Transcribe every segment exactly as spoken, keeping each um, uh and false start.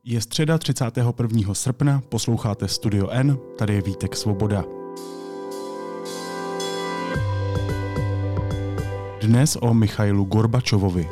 Je středa třicátého prvního srpna, posloucháte Studio N, tady je Vítek Svoboda. Dnes o Michailu Gorbačovovi.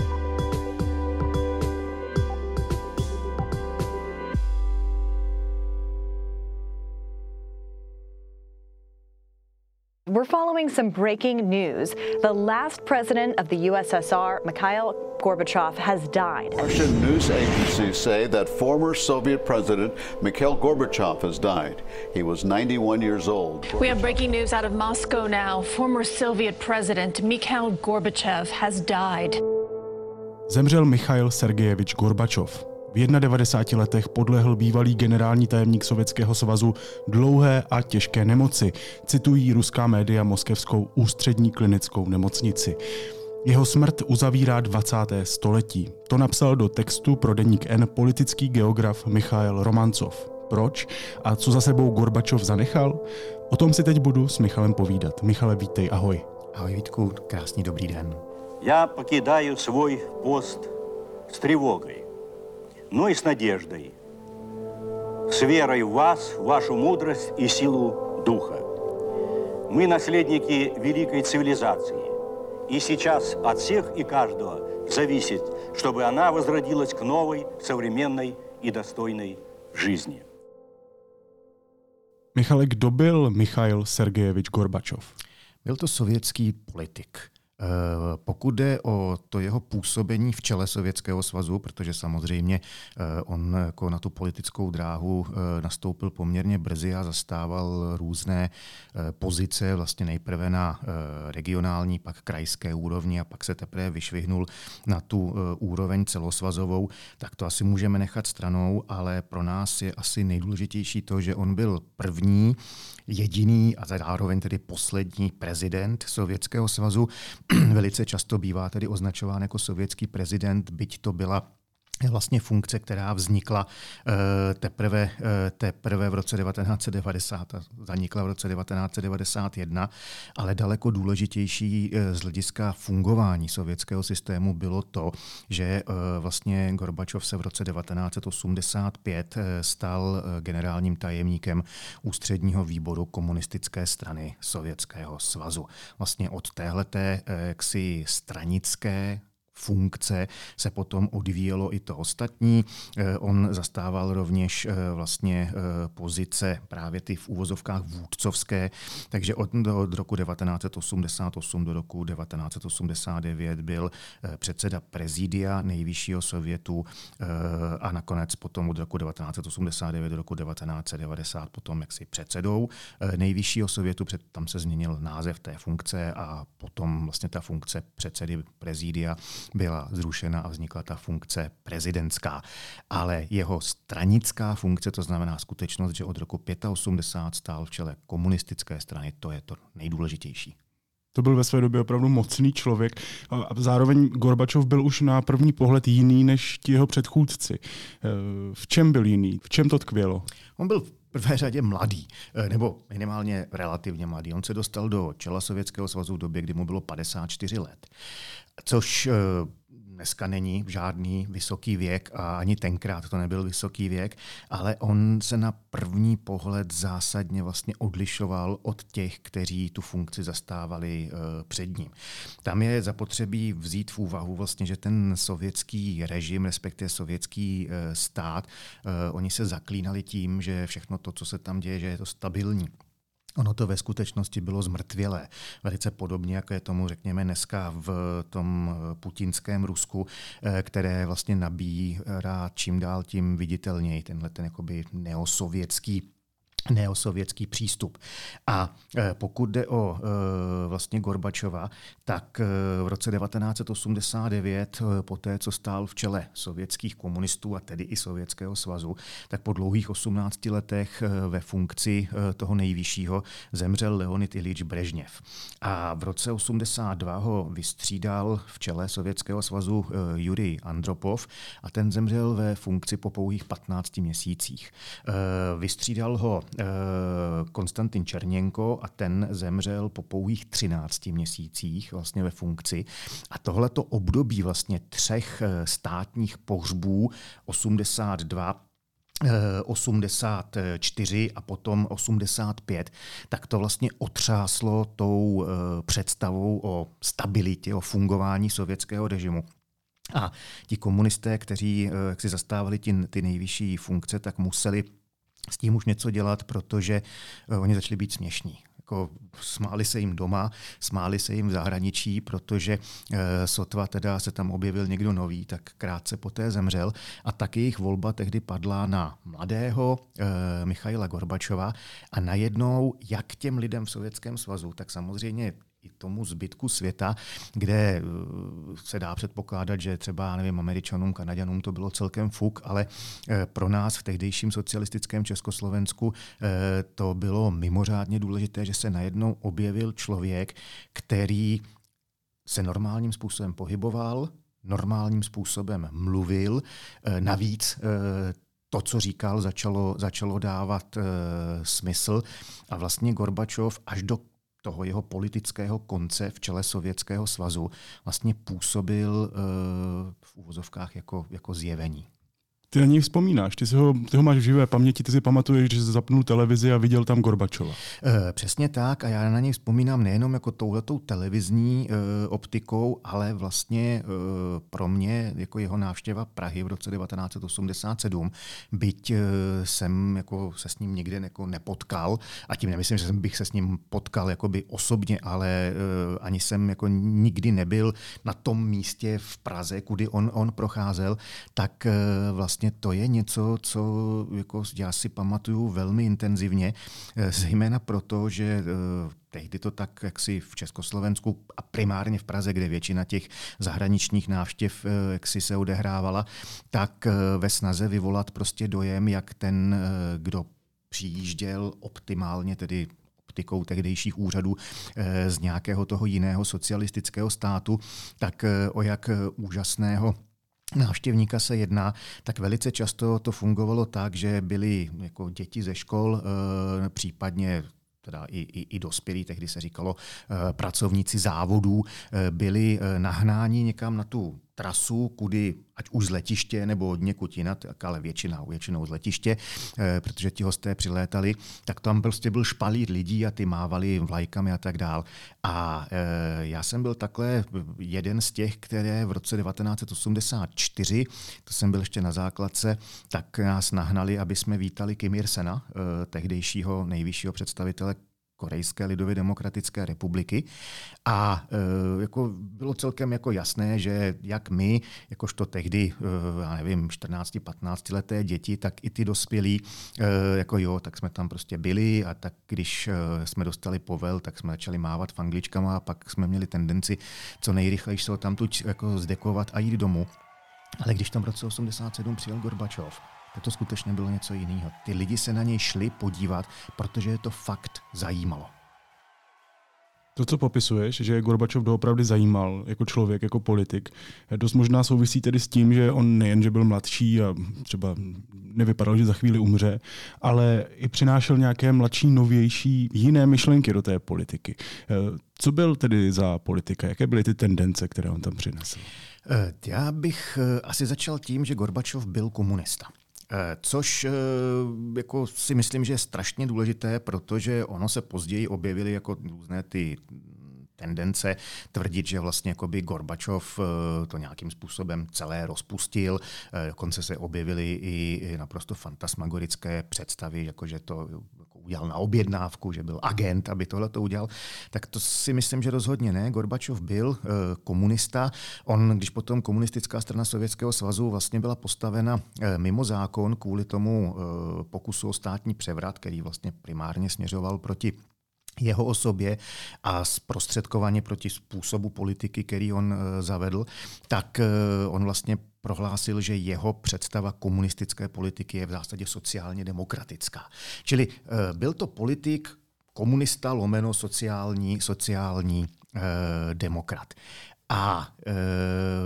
We're following some breaking news. The last president of the U S S R, Mikhail Gorbachev, has died. Russian news agencies say that former Soviet president Mikhail Gorbachev has died. He was ninety-one years old. We have breaking news out of Moscow now. Former Soviet president Mikhail Gorbachev has died. Zemřel Michail Sergejevič Gorbačov. V devadesátých letech podlehl bývalý generální tajemník Sovětského svazu dlouhé a těžké nemoci, citují ruská média moskevskou ústřední klinickou nemocnici. Jeho smrt uzavírá dvacáté století. To napsal do textu pro deník N politický geograf Michail Romancov. Proč a co za sebou Gorbačov zanechal? O tom si teď budu s Michalem povídat. Michale, vítej, ahoj. Ahoj Vítku, krásný dobrý den. Já покидаю svůj post s тревогой, но и с надеждой, с верой в вас, вашу мудрость и силу духа. Мы наследники великой цивилизации, и сейчас от всех и каждого зависит, чтобы она возродилась к новой, современной и достойной жизни. Michale, kdo byl Michail Sergejevič Gorbačov? Byl to sovětský politik. Pokud jde o to jeho působení v čele Sovětského svazu, protože samozřejmě on jako na tu politickou dráhu nastoupil poměrně brzy a zastával různé pozice, vlastně nejprve na regionální, pak krajské úrovni a pak se teprve vyšvihnul na tu úroveň celosvazovou, tak to asi můžeme nechat stranou, ale pro nás je asi nejdůležitější to, že on byl první, jediný a zároveň tedy poslední prezident Sovětského svazu. Velice často bývá tedy označován jako sovětský prezident, byť to byla vlastně funkce, která vznikla teprve, teprve v roce devatenáct set devadesát a zanikla v roce devatenáct set devadesát jedna, ale daleko důležitější z hlediska fungování sovětského systému bylo to, že vlastně Gorbačov se v roce devatenáct set osmdesát pět stal generálním tajemníkem ústředního výboru komunistické strany Sovětského svazu. Vlastně od téhleté jaksi stranické funkce se potom odvíjelo i to ostatní. On zastával rovněž vlastně pozice právě ty v úvozovkách vůdcovské, takže od, od roku devatenáct set osmdesát osm do roku devatenáct set osmdesát devět byl předseda prezidia Nejvyššího sovětu a nakonec potom od roku devatenáct set osmdesát devět do roku devatenáct set devadesát potom jaksi předsedou Nejvyššího sovětu, tam se změnil název té funkce a potom vlastně ta funkce předsedy prezidia byla zrušena a vznikla ta funkce prezidentská. Ale jeho stranická funkce, to znamená skutečnost, že od roku osmdesát pět stál v čele komunistické strany, to je to nejdůležitější. To byl ve své době opravdu mocný člověk a zároveň Gorbačov byl už na první pohled jiný než ti jeho předchůdci. V čem byl jiný? V čem to tkvělo? On byl v prvé řadě mladý, nebo minimálně relativně mladý. On se dostal do čela Sovětského svazu v době, kdy mu bylo padesát čtyři let. Což dneska není žádný vysoký věk a ani tenkrát to nebyl vysoký věk, ale on se na první pohled zásadně vlastně odlišoval od těch, kteří tu funkci zastávali před ním. Tam je zapotřebí vzít v úvahu vlastně, že ten sovětský režim, respektive sovětský stát, oni se zaklínali tím, že všechno to, co se tam děje, že je to stabilní. Ono to ve skutečnosti bylo zmrtvělé. Velice podobně, jako je tomu, řekněme, dneska v tom putinském Rusku, které vlastně nabírá čím dál tím viditelněji tenhle ten jakoby neosovětský neosovětský přístup. A pokud jde o vlastně Gorbačova, tak v roce devatenáct set osmdesát devět, poté co stál v čele sovětských komunistů a tedy i Sovětského svazu, tak po dlouhých osmnácti letech ve funkci toho nejvyššího zemřel Leonid Iljič Brežněv. A v roce osmdesát dva ho vystřídal v čele Sovětského svazu Jurij Andropov a ten zemřel ve funkci po pouhých patnácti měsících. Vystřídal ho Konstantin Černěnko a ten zemřel po pouhých třinácti měsících vlastně ve funkci. A tohleto období vlastně třech státních pohřbů osmdesát dva, osmdesát čtyři a potom osmdesát pět, tak to vlastně otřáslo tou představou o stabilitě, o fungování sovětského režimu. A ti komunisté, kteří jak si zastávali ty, ty nejvyšší funkce, tak museli s tím už něco dělat, protože oni začali být směšní. Jako smáli se jim doma, smáli se jim v zahraničí, protože e, sotva teda se tam objevil někdo nový, tak krátce poté zemřel. A tak jejich volba tehdy padla na mladého e, Michaila Gorbačova a najednou jak těm lidem v Sovětském svazu, tak samozřejmě i tomu zbytku světa, kde se dá předpokládat, že třeba, nevím, Američanům, Kanaďanům to bylo celkem fuk, ale pro nás v tehdejším socialistickém Československu to bylo mimořádně důležité, že se najednou objevil člověk, který se normálním způsobem pohyboval, normálním způsobem mluvil, navíc to, co říkal, začalo, začalo dávat smysl a vlastně Gorbačov až do toho jeho politického konce v čele Sovětského svazu vlastně působil uh, v uvozovkách jako, jako zjevení. Ty na něj vzpomínáš, ty, si ho, ty ho máš v živé paměti, ty si pamatuješ, že jsi zapnul televizi a viděl tam Gorbačova. E, přesně tak a já na něj vzpomínám nejenom jako touhletou televizní e, optikou, ale vlastně e, pro mě jako jeho návštěva Prahy v roce devatenáct set osmdesát sedm, byť e, jsem jako se s ním nikde jako nepotkal a tím nemyslím, že jsem bych se s ním potkal jakoby osobně, ale e, ani jsem jako nikdy nebyl na tom místě v Praze, kudy on, on procházel, tak e, vlastně to je něco, co jako já si pamatuju velmi intenzivně, zejména proto, že tehdy to tak jaksi v Československu a primárně v Praze, kde většina těch zahraničních návštěv jaksi se odehrávala, tak ve snaze vyvolat prostě dojem, jak ten, kdo přijížděl optimálně, tedy optikou tehdejších úřadů z nějakého toho jiného socialistického státu, tak o jak úžasného návštěvníka se jedná, tak velice často to fungovalo tak, že byly jako děti ze škol, e, případně teda i, i, i dospělí, tehdy se říkalo e, pracovníci závodů, e, byli e, nahnáni někam na tu trasu, kudy ať už z letiště nebo od někud jinat, ale většinou, většinou z letiště, e, protože ti hosté přilétali, tak tam prostě byl špalír lidí a ty mávali vlajkami a tak dál. A e, já jsem byl takhle jeden z těch, které v roce devatenáct set osmdesát čtyři, to jsem byl ještě na základce, tak nás nahnali, aby jsme vítali Kim Il-sena, e, tehdejšího nejvyššího představitele Korejské lidově demokratické republiky. A e, jako bylo celkem jako jasné, že jak my, jakožto tehdy, e, já nevím, čtrnácti patnácti leté děti, tak i ty dospělí, e, jako jo, tak jsme tam prostě byli a tak když e, jsme dostali povel, tak jsme začali mávat fangličkama a pak jsme měli tendenci co nejrychleji se ho tam tu jako zdekovat a jít domů. Ale když tam v roce osmdesát sedm přijel Gorbačov, tak to skutečně bylo něco jiného. Ty lidi se na něj šli podívat, protože je to fakt zajímalo. To, co popisuješ, že Gorbačov doopravdy zajímal jako člověk, jako politik, dost možná souvisí tedy s tím, že on nejen, že byl mladší a třeba nevypadal, že za chvíli umře, ale i přinášel nějaké mladší, novější, jiné myšlenky do té politiky. Co byl tedy za politika? Jaké byly ty tendence, které on tam přinesl? Já bych asi začal tím, že Gorbačov byl komunista. Což jako si myslím, že je strašně důležité, protože ono se později objevily jako různé ty tendence tvrdit, že vlastně jakoby Gorbačov to nějakým způsobem celé rozpustil. Dokonce se objevily i naprosto fantasmagorické představy, jako že to udělal na objednávku, že byl agent, aby tohle to udělal. Tak to si myslím, že rozhodně ne. Gorbačov byl komunista. On, když potom komunistická strana Sovětského svazu vlastně byla postavena mimo zákon kvůli tomu pokusu o státní převrat, který vlastně primárně směřoval proti jeho osobě a zprostředkovaně proti způsobu politiky, který on zavedl, tak on vlastně prohlásil, že jeho představa komunistické politiky je v zásadě sociálně demokratická. Čili byl to politik, komunista lomeno sociální, sociální eh, demokrat. A eh,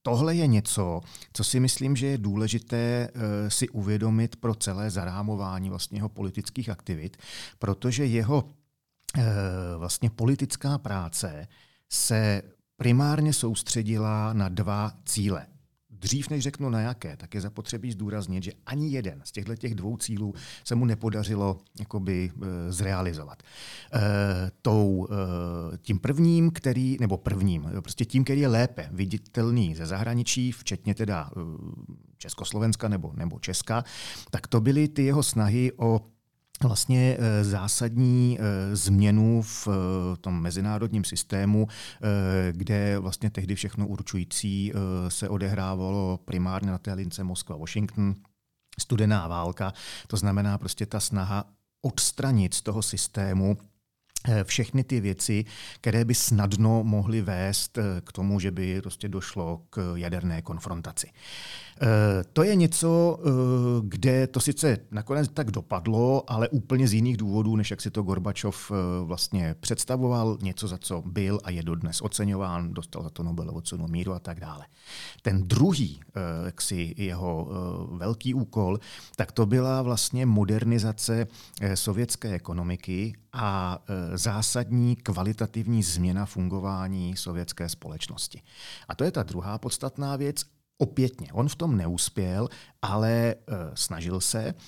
tohle je něco, co si myslím, že je důležité si uvědomit pro celé zarámování vlastně jeho politických aktivit, protože jeho vlastně politická práce se primárně soustředila na dva cíle. Dřív než řeknu na jaké, tak je zapotřebí zdůraznit, že ani jeden z těchto těch dvou cílů se mu nepodařilo jakoby e, zrealizovat. E, tou, e, tím prvním, který, nebo prvním, prostě tím, který je lépe viditelný ze zahraničí, včetně teda e, Československa nebo, nebo Česka, tak to byly ty jeho snahy o vlastně zásadní změnu v tom mezinárodním systému, kde vlastně tehdy všechno určující se odehrávalo primárně na té lince Moskva-Washington, studená válka, to znamená prostě ta snaha odstranit z toho systému všechny ty věci, které by snadno mohly vést k tomu, že by prostě došlo k jaderné konfrontaci. To je něco, kde to sice nakonec tak dopadlo, ale úplně z jiných důvodů, než jak si to Gorbačov vlastně představoval, něco, za co byl a je dodnes oceňován, dostal za to Nobelovu cenu míru a tak dále. Ten druhý, jaksi jeho velký úkol, tak to byla vlastně modernizace sovětské ekonomiky a zásadní kvalitativní změna fungování sovětské společnosti. A to je ta druhá podstatná věc. Opětně, on v tom neuspěl, ale e, snažil se. E,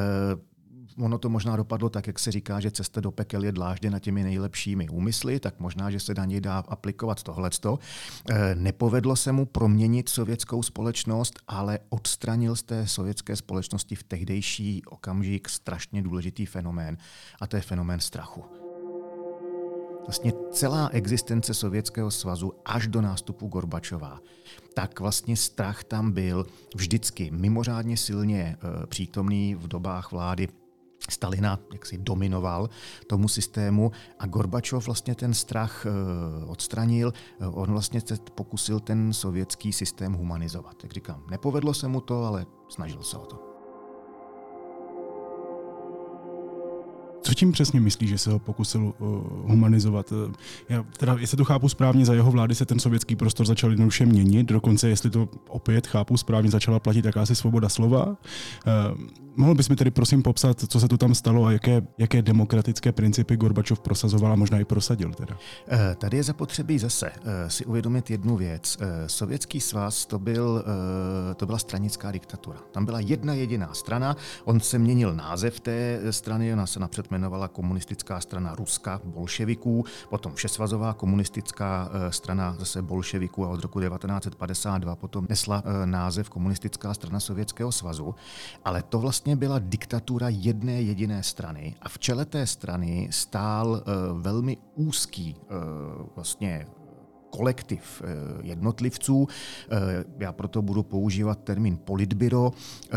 ono to možná dopadlo tak, jak se říká, že cesta do pekel je dlážděna těmi nejlepšími úmysly, tak možná, že se na něj dá aplikovat tohleto. E, nepovedlo se mu proměnit sovětskou společnost, ale odstranil z té sovětské společnosti v tehdejší okamžik strašně důležitý fenomén, a to je fenomén strachu. Vlastně celá existence Sovětského svazu až do nástupu Gorbačova, tak vlastně strach tam byl vždycky mimořádně silně e, přítomný v dobách vlády Stalina, jak si dominoval tomu systému a Gorbačov vlastně ten strach e, odstranil. E, on vlastně se pokusil ten sovětský systém humanizovat. Jak říkám, nepovedlo se mu to, ale snažil se o to. Co tím přesně myslíš, že se ho pokusil uh, humanizovat? Já teda, jestli to chápu správně, za jeho vlády se ten sovětský prostor začal jednoduše měnit, dokonce, jestli to opět chápu správně, začala platit jakási svoboda slova. Uh, mohl bys mi tedy prosím popsat, co se tu tam stalo a jaké, jaké demokratické principy Gorbačov prosazoval a možná i prosadil teda? Uh, tady je zapotřebí zase uh, si uvědomit jednu věc. Uh, Sovětský svaz to, byl, uh, to byla stranická diktatura. Tam byla jedna jediná strana, on se měnil název té strany, ona se napřed jmenovala komunistická strana Ruska, bolševiků, potom všesvazová komunistická strana zase bolševiků a od roku devatenáct set padesát dva potom nesla název komunistická strana Sovětského svazu, ale to vlastně byla diktatura jedné jediné strany a v čele té strany stál velmi úzký vlastně kolektiv jednotlivců. Já proto budu používat termín politbyro,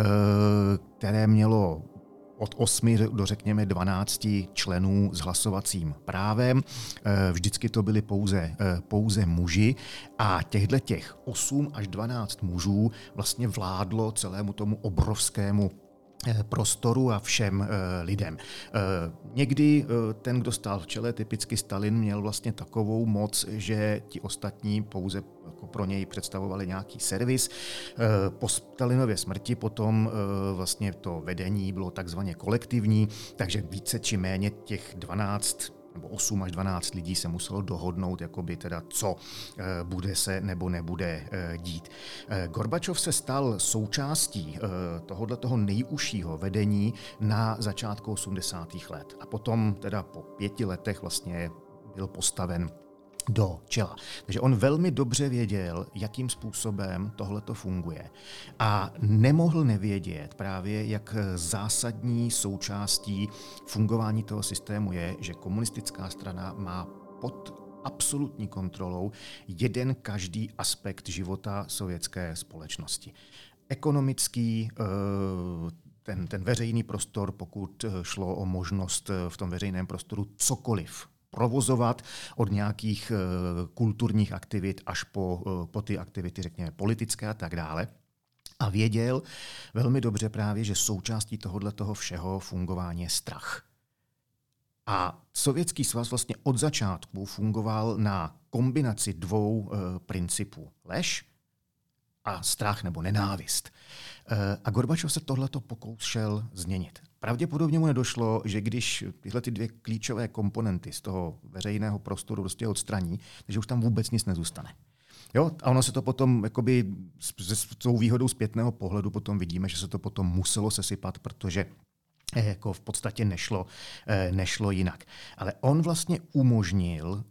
které mělo od osmi do řekněme dvanácti členů s hlasovacím právem. Vždycky to byli pouze, pouze muži a těchto těch osm až dvanáct mužů vlastně vládlo celému tomu obrovskému prostoru a všem lidem. Někdy ten, kdo stál v čele, typicky Stalin, měl vlastně takovou moc, že ti ostatní pouze jako pro něj představovali nějaký servis. Po Stalinově smrti potom vlastně to vedení bylo takzvaně kolektivní, takže více či méně těch dvanáct nebo osm až dvanáct lidí se muselo dohodnout, jakoby teda co bude se nebo nebude dít. Gorbačov se stal součástí tohoto nejužšího vedení na začátku osmdesátých let a potom teda po pěti letech vlastně byl postaven do čela. Takže on velmi dobře věděl, jakým způsobem tohleto funguje a nemohl nevědět právě, jak zásadní součástí fungování toho systému je, že komunistická strana má pod absolutní kontrolou jeden každý aspekt života sovětské společnosti. Ekonomický, ten, ten veřejný prostor, pokud šlo o možnost v tom veřejném prostoru cokoliv provozovat, od nějakých kulturních aktivit až po, po ty aktivity, řekněme, politické a tak dále. A věděl velmi dobře právě, že součástí tohoto všeho fungování je strach. A Sovětský svaz vlastně od začátku fungoval na kombinaci dvou e, principů. Lež a strach nebo nenávist. A Gorbačov se tohleto pokoušel změnit. Pravděpodobně mu nedošlo, že když tyhle ty dvě klíčové komponenty z toho veřejného prostoru prostě odstraní, že už tam vůbec nic nezůstane. Jo? A ono se to potom, jakoby, s tou výhodou zpětného pohledu potom vidíme, že se to potom muselo sesypat, protože jako v podstatě nešlo, nešlo jinak. Ale on vlastně umožnil uh,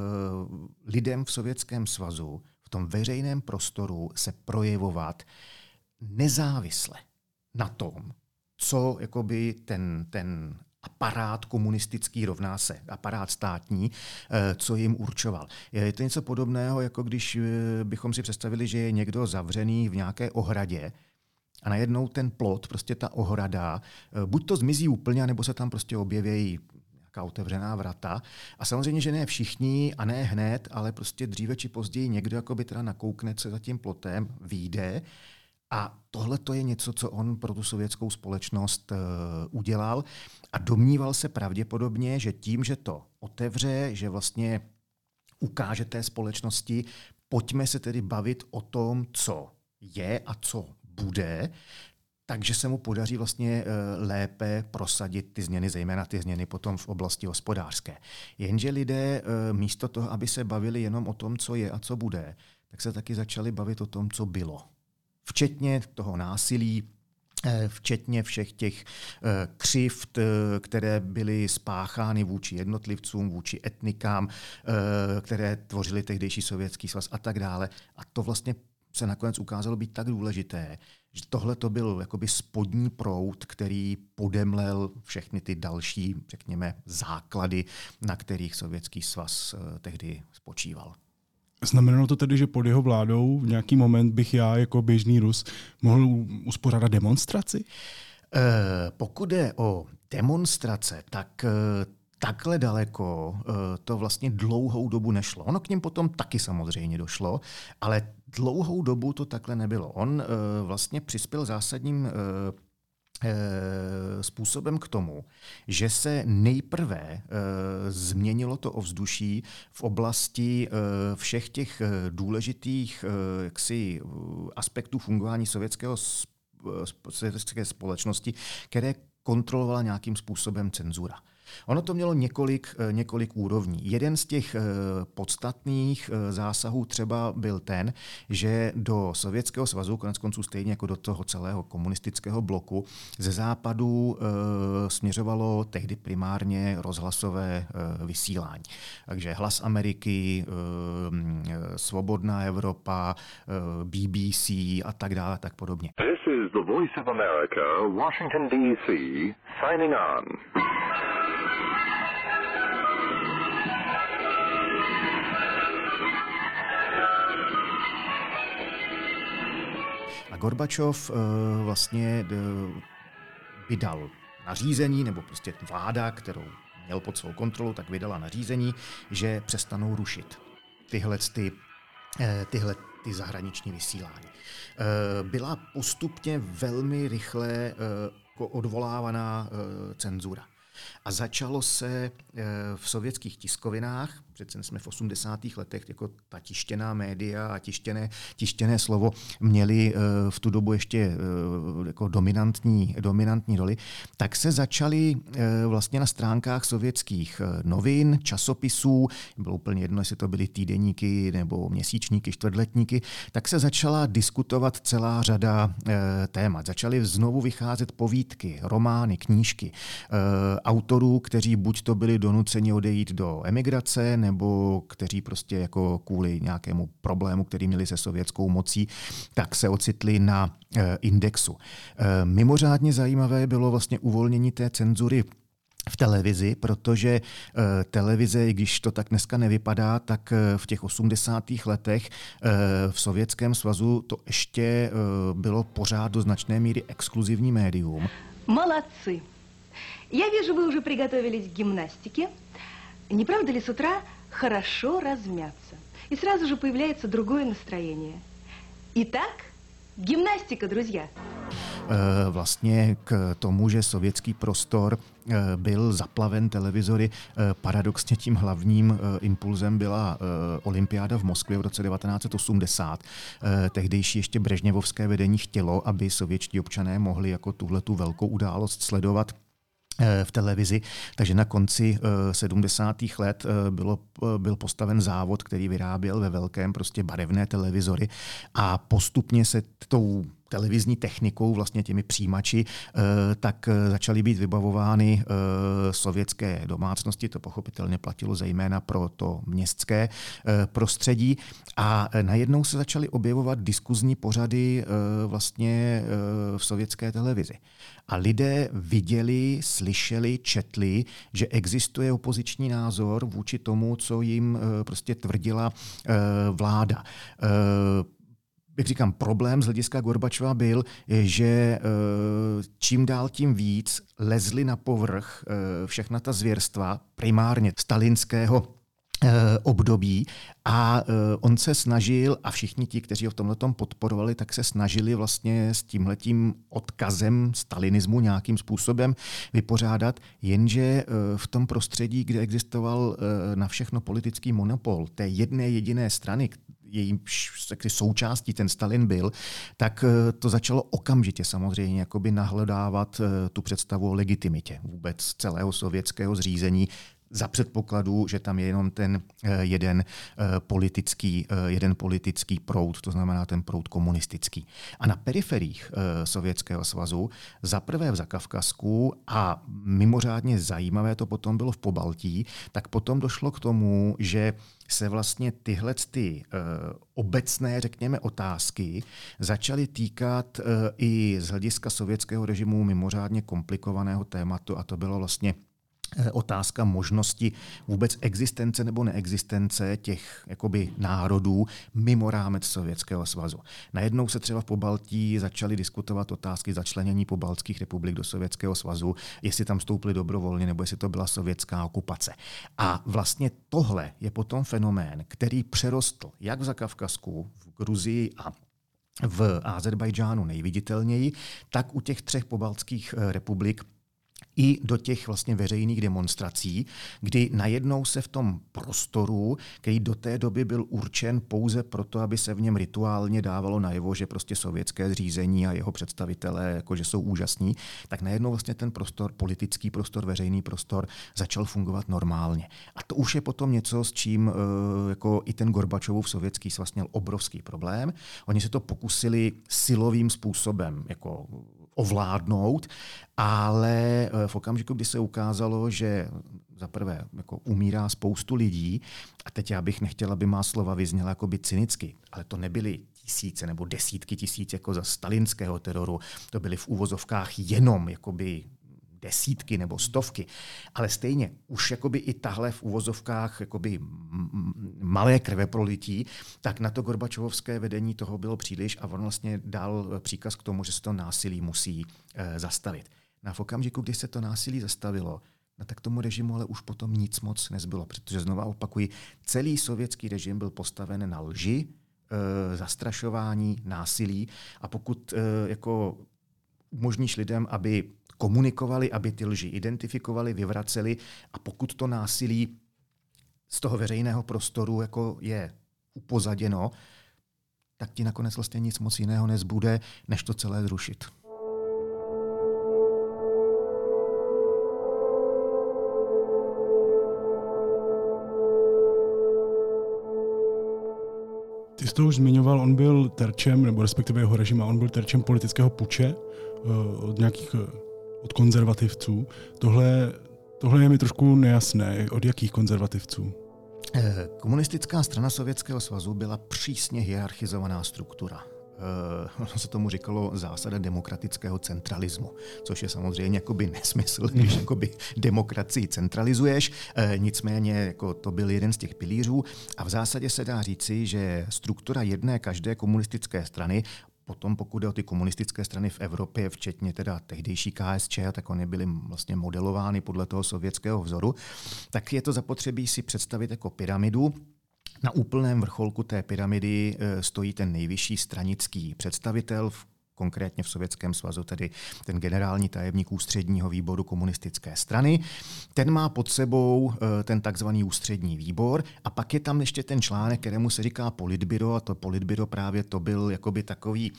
lidem v Sovětském svazu v tom veřejném prostoru se projevovat nezávisle na tom, co jakoby ten, ten aparát komunistický rovná se, aparát státní, co jim určoval. Je to něco podobného, jako když bychom si představili, že je někdo zavřený v nějaké ohradě a najednou ten plot, prostě ta ohrada, buď to zmizí úplně, nebo se tam prostě objeví nějaká otevřená vrata. A samozřejmě, že ne všichni a ne hned, ale prostě dříve či později někdo jakoby teda nakoukne, co za tím plotem vyjde. A tohle to je něco, co on pro tu sovětskou společnost uh, udělal a domníval se pravděpodobně, že tím, že to otevře, že vlastně ukáže té společnosti, pojďme se tedy bavit o tom, co je a co bude, takže se mu podaří vlastně uh, lépe prosadit ty změny, zejména ty změny potom v oblasti hospodářské. Jenže lidé uh, místo toho, aby se bavili jenom o tom, co je a co bude, tak se taky začali bavit o tom, co bylo. Včetně toho násilí, včetně všech těch křivd, které byly spáchány vůči jednotlivcům, vůči etnikám, které tvořily tehdejší Sovětský svaz a tak dále. A to vlastně se nakonec ukázalo být tak důležité, že tohle to byl jakoby spodní proud, který podemlel všechny ty další, řekněme, základy, na kterých Sovětský svaz tehdy spočíval. Znamenalo to tedy, že pod jeho vládou v nějaký moment bych já jako běžný Rus mohl uspořádat demonstraci? E, pokud jde o demonstrace, tak e, takhle daleko e, to vlastně dlouhou dobu nešlo. Ono k něm potom taky samozřejmě došlo, ale dlouhou dobu to takhle nebylo. On e, vlastně přispěl zásadním e, způsobem k tomu, že se nejprve e, změnilo to ovzduší v oblasti e, všech těch e, důležitých e, jaksi, aspektů fungování sovětského sovětské společnosti, které kontrolovala nějakým způsobem cenzura. Ono to mělo několik, několik úrovní. Jeden z těch podstatných zásahů třeba byl ten, že do Sovětského svazu, konec konců stejně jako do toho celého komunistického bloku, ze západu e, směřovalo tehdy primárně rozhlasové e, vysílání. Takže Hlas Ameriky, e, Svobodná Evropa, e, B B C a tak dále a tak podobně. This is the Voice of America, Washington D C, signing on. A Gorbačov vlastně vydal nařízení, nebo prostě vláda, kterou měl pod svou kontrolu, tak vydala nařízení, že přestanou rušit tyhle, ty, tyhle ty zahraniční vysílání. Byla postupně velmi rychle odvolávaná cenzura. A začalo se v sovětských tiskovinách, přece jsme v osmdesátých letech, jako ta tištěná média a tištěné, tištěné slovo měli v tu dobu ještě jako dominantní, dominantní roli, tak se začaly vlastně na stránkách sovětských novin, časopisů, bylo úplně jedno, jestli to byly týdeníky nebo měsíčníky, čtvrtletníky, tak se začala diskutovat celá řada témat. Začaly znovu vycházet povídky, romány, knížky, autorů, kteří buď to byli donuceni odejít do emigrace, nebo kteří prostě jako kvůli nějakému problému, který měli se sovětskou mocí, tak se ocitli na e, indexu. E, mimořádně zajímavé bylo vlastně uvolnění té cenzury v televizi, protože e, televize, i když to tak dneska nevypadá, tak e, v těch osmdesátých letech e, v Sovětském svazu to ještě e, bylo pořád do značné míry exkluzivní médium. Молодцы! Я вижу, вы уже приготовились к гимнастике. Не правда ли с утра хорошо размяться? И сразу же появляется другое настроение. Итак, гимнастика, друзья. vlastně k tomu, že sovětský prostor byl zaplaven televizory. Paradoxně tím hlavním impulzem byla olympiáda v Moskvě v roce devatenáct set osmdesát. Tehdejší ještě brežněvovské vedení chtělo, aby sovětští občané mohli jako tuhletu velkou událost sledovat v televizi, takže na konci sedmdesátých let bylo, byl postaven závod, který vyráběl ve velkém prostě barevné televizory a postupně se tou televizní technikou, vlastně těmi přijímači, tak začaly být vybavovány sovětské domácnosti. To pochopitelně platilo zejména pro to městské prostředí. A najednou se začaly objevovat diskuzní pořady vlastně v sovětské televizi. A lidé viděli, slyšeli, četli, že existuje opoziční názor vůči tomu, co jim prostě tvrdila vláda. Jak říkám, problém z hlediska Gorbačova byl, že čím dál tím víc lezly na povrch všechna ta zvěrstva, primárně stalinského období, a on se snažil, a všichni ti, kteří ho v tomhletom podporovali, tak se snažili vlastně s tímhletím odkazem stalinismu nějakým způsobem vypořádat, jenže v tom prostředí, kde existoval na všechno politický monopol té jedné jediné strany, jejím součástí ten Stalin byl, tak to začalo okamžitě samozřejmě jakoby nahledávat tu představu o legitimitě vůbec celého sovětského zřízení, za předpokladu, že tam je jenom ten jeden politický, jeden politický proud, to znamená ten proud komunistický. A na periferiích Sovětského svazu, zaprvé v Zakavkazsku a mimořádně zajímavé to potom bylo v Pobaltí, tak potom došlo k tomu, že se vlastně tyhle ty uh, obecné, řekněme, otázky začaly týkat uh, i z hlediska sovětského režimu mimořádně komplikovaného tématu, a to bylo vlastně otázka možnosti vůbec existence nebo neexistence těch jakoby národů mimo rámec Sovětského svazu. Najednou se třeba v Pobaltí začaly diskutovat otázky začlenění pobaltských republik do Sovětského svazu, jestli tam vstoupili dobrovolně nebo jestli to byla sovětská okupace. A vlastně tohle je potom fenomén, který přerostl jak v Zakavkazsku, v Gruzii a v Azerbajdžánu nejviditelněji, tak u těch třech pobaltských republik i do těch vlastně veřejných demonstrací, kdy najednou se v tom prostoru, který do té doby byl určen pouze proto, aby se v něm rituálně dávalo najevo, že prostě sovětské zřízení a jeho představitelé jakože jsou úžasní, tak najednou vlastně ten prostor, politický prostor, veřejný prostor začal fungovat normálně. A to už je potom něco, s čím jako i ten Gorbačovův sovětský svaz měl obrovský problém. Oni se to pokusili silovým způsobem jako ovládnout, ale v okamžiku, kdy se ukázalo, že za prvé jako umírá spoustu lidí, a teď já bych nechtěla, aby má slova vyzněla jakoby cynicky, ale to nebyly tisíce nebo desítky tisíc jako za stalinského teroru, to byly v úvozovkách jenom jakoby desítky nebo stovky, ale stejně už jakoby i tahle v úvozovkách jakoby malé krveprolití, tak na to Gorbačovovské vedení toho bylo příliš a on vlastně dal příkaz k tomu, že se to násilí musí e, zastavit. Na v okamžiku, kdy se to násilí zastavilo, no tak tomu režimu ale už potom nic moc nezbylo, protože znova opakuji, celý sovětský režim byl postaven na lži, e, zastrašování, násilí, a pokud e, jako umožníš lidem, aby komunikovali, aby ty lži identifikovali, vyvraceli, a pokud to násilí z toho veřejného prostoru jako je upozaděno, tak ti nakonec vlastně nic moc jiného nezbude, než to celé zrušit. Ty jsi to už zmiňoval, on byl terčem, nebo respektive jeho režim, a on byl terčem politického puče od nějakých od konzervativců. Tohle, tohle je mi trošku nejasné. Od jakých konzervativců? Komunistická strana Sovětského svazu byla přísně hierarchizovaná struktura. Ono se tomu říkalo zásada demokratického centralismu, což je samozřejmě jakoby nesmysl, když jakoby demokracii centralizuješ. Nicméně jako to byl jeden z těch pilířů a v zásadě se dá říci, že struktura jedné každé komunistické strany, potom pokud jde o ty komunistické strany v Evropě, včetně teda tehdejší K S Č, tak oni byly vlastně modelovány podle toho sovětského vzoru, tak je to zapotřebí si představit jako pyramidu. Na úplném vrcholku té pyramidy stojí ten nejvyšší stranický představitel, v konkrétně v Sovětském svazu, tedy ten generální tajemník ústředního výboru komunistické strany. Ten má pod sebou ten takzvaný ústřední výbor a pak je tam ještě ten článek, kterému se říká politbyro, a to politbyro právě to byl jakoby takový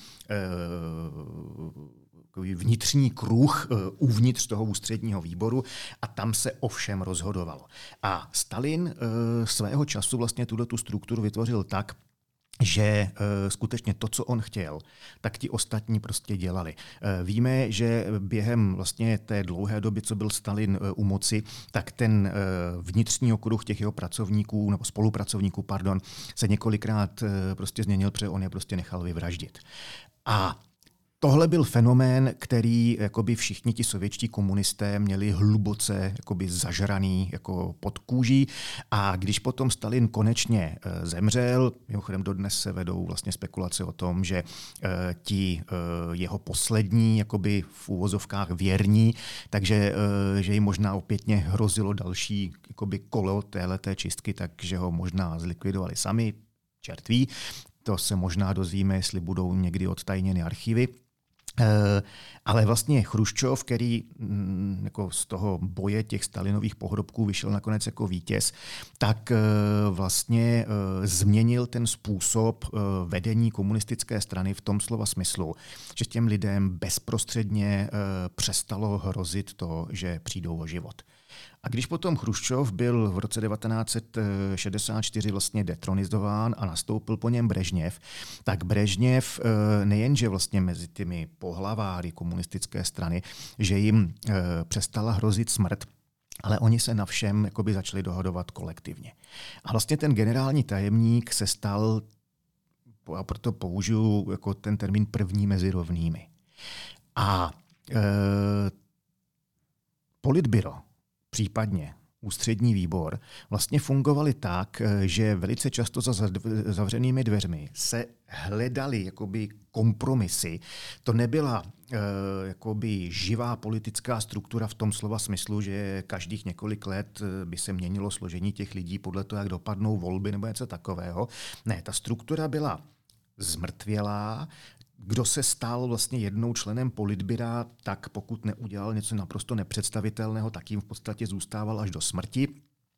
eh, vnitřní kruh uvnitř toho ústředního výboru a tam se o všem rozhodovalo. A Stalin svého času vlastně tuto strukturu vytvořil tak, že e, skutečně to, co on chtěl, tak ti ostatní prostě dělali. E, víme, že během vlastně té dlouhé doby, co byl Stalin e, u moci, tak ten e, vnitřní okruh těch jeho pracovníků, nebo spolupracovníků, pardon, se několikrát e, prostě změnil, protože on je prostě nechal vyvraždit. A tohle byl fenomén, který jakoby všichni ti sovětští komunisté měli hluboce jakoby zažraný jako pod kůží. A když potom Stalin konečně e, zemřel, mimochodem dodnes se vedou vlastně spekulace o tom, že e, ti e, jeho poslední jakoby v úvozovkách věrní, takže e, že jim možná opětně hrozilo další jakoby kolo téhleté čistky, takže ho možná zlikvidovali sami, čert ví. To se možná dozvíme, jestli budou někdy odtajněny archivy. Ale vlastně Chruščov, který jako z toho boje těch Stalinových pohrobků vyšel nakonec jako vítěz, tak vlastně změnil ten způsob vedení komunistické strany v tom slova smyslu, že těm lidem bezprostředně přestalo hrozit to, že přijdou o život. A když potom Chruščov byl v roce devatenáct set šedesát čtyři vlastně detronizován a nastoupil po něm Brežněv, tak Brežněv nejenže vlastně mezi těmi pohlaváry komunistické strany, že jim přestala hrozit smrt, ale oni se na všem jakoby začali dohodovat kolektivně. A vlastně ten generální tajemník se stal, a proto použiju jako ten termín první mezi rovnými. A e, politbyro, případně ústřední výbor, vlastně fungovaly tak, že velice často za zavřenými dveřmi se hledaly jakoby kompromisy. To nebyla e, jakoby živá politická struktura v tom slova smyslu, že každých několik let by se měnilo složení těch lidí podle toho, jak dopadnou volby nebo něco takového. Ne, ta struktura byla zmrtvělá. Kdo se stal vlastně jednou členem politbyra, tak pokud neudělal něco naprosto nepředstavitelného, tak jim v podstatě zůstával až do smrti.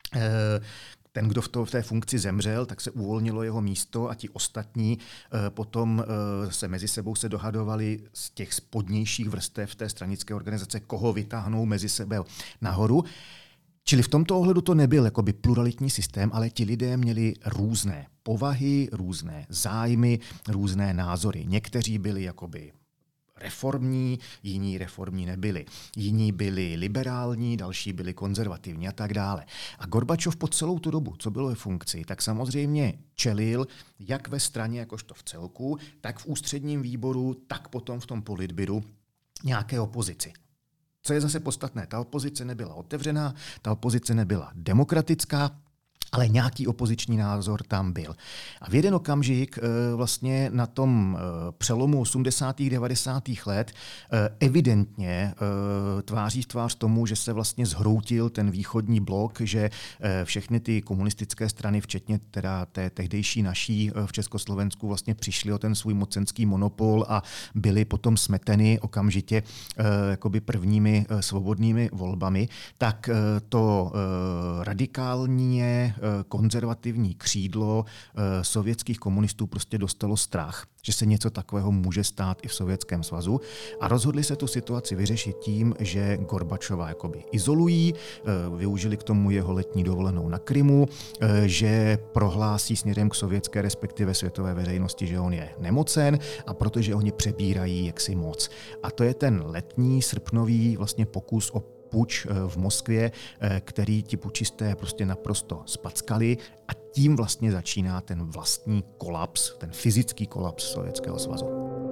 Ten, kdo v, to, v té funkci zemřel, tak se uvolnilo jeho místo a ti ostatní potom se mezi sebou se dohadovali z těch spodnějších vrstev té stranické organizace, koho vytáhnou mezi sebe nahoru. Čili v tomto ohledu to nebyl jakoby pluralitní systém, ale ti lidé měli různé povahy, různé zájmy, různé názory. Někteří byli jakoby reformní, jiní reformní nebyli. Jiní byli liberální, další byli konzervativní a tak dále. A Gorbačov po celou tu dobu, co bylo ve funkci, tak samozřejmě čelil jak ve straně jakožto v celku, tak v ústředním výboru, tak potom v tom politbyru nějaké opozici. Co je zase podstatné, ta opozice nebyla otevřená, ta opozice nebyla demokratická, ale nějaký opoziční názor tam byl. A v jeden okamžik vlastně na tom přelomu osmdesátých devadesátých let evidentně tváří v tvář tomu, že se vlastně zhroutil ten východní blok, že všechny ty komunistické strany, včetně teda té tehdejší naší v Československu, vlastně přišly o ten svůj mocenský monopol a byly potom smeteny okamžitě jakoby prvními svobodnými volbami, tak to radikálně konzervativní křídlo sovětských komunistů prostě dostalo strach, že se něco takového může stát i v Sovětském svazu a rozhodli se tu situaci vyřešit tím, že Gorbačova jakoby izolují, využili k tomu jeho letní dovolenou na Krymu, že prohlásí směrem k sovětské, respektive světové veřejnosti, že on je nemocen a protože oni přebírají jaksi moc. A to je ten letní srpnový vlastně pokus o puč v Moskvě, který ti pučisté prostě naprosto spackali a tím vlastně začíná ten vlastní kolaps, ten fyzický kolaps Sovětského svazu.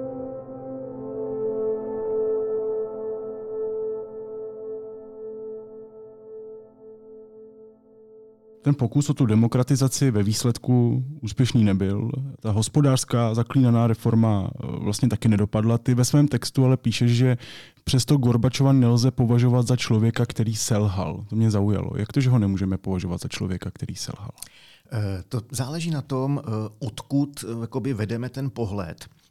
Ten pokus o tu demokratizaci ve výsledku úspěšný nebyl. Ta hospodářská zaklínaná reforma vlastně taky nedopadla. Ty ve svém textu ale píšeš, že přesto Gorbačova nelze považovat za člověka, který selhal. To mě zaujalo. Jak to, že ho nemůžeme považovat za člověka, který selhal? To záleží na tom, odkud jakoby vedeme ten pohled.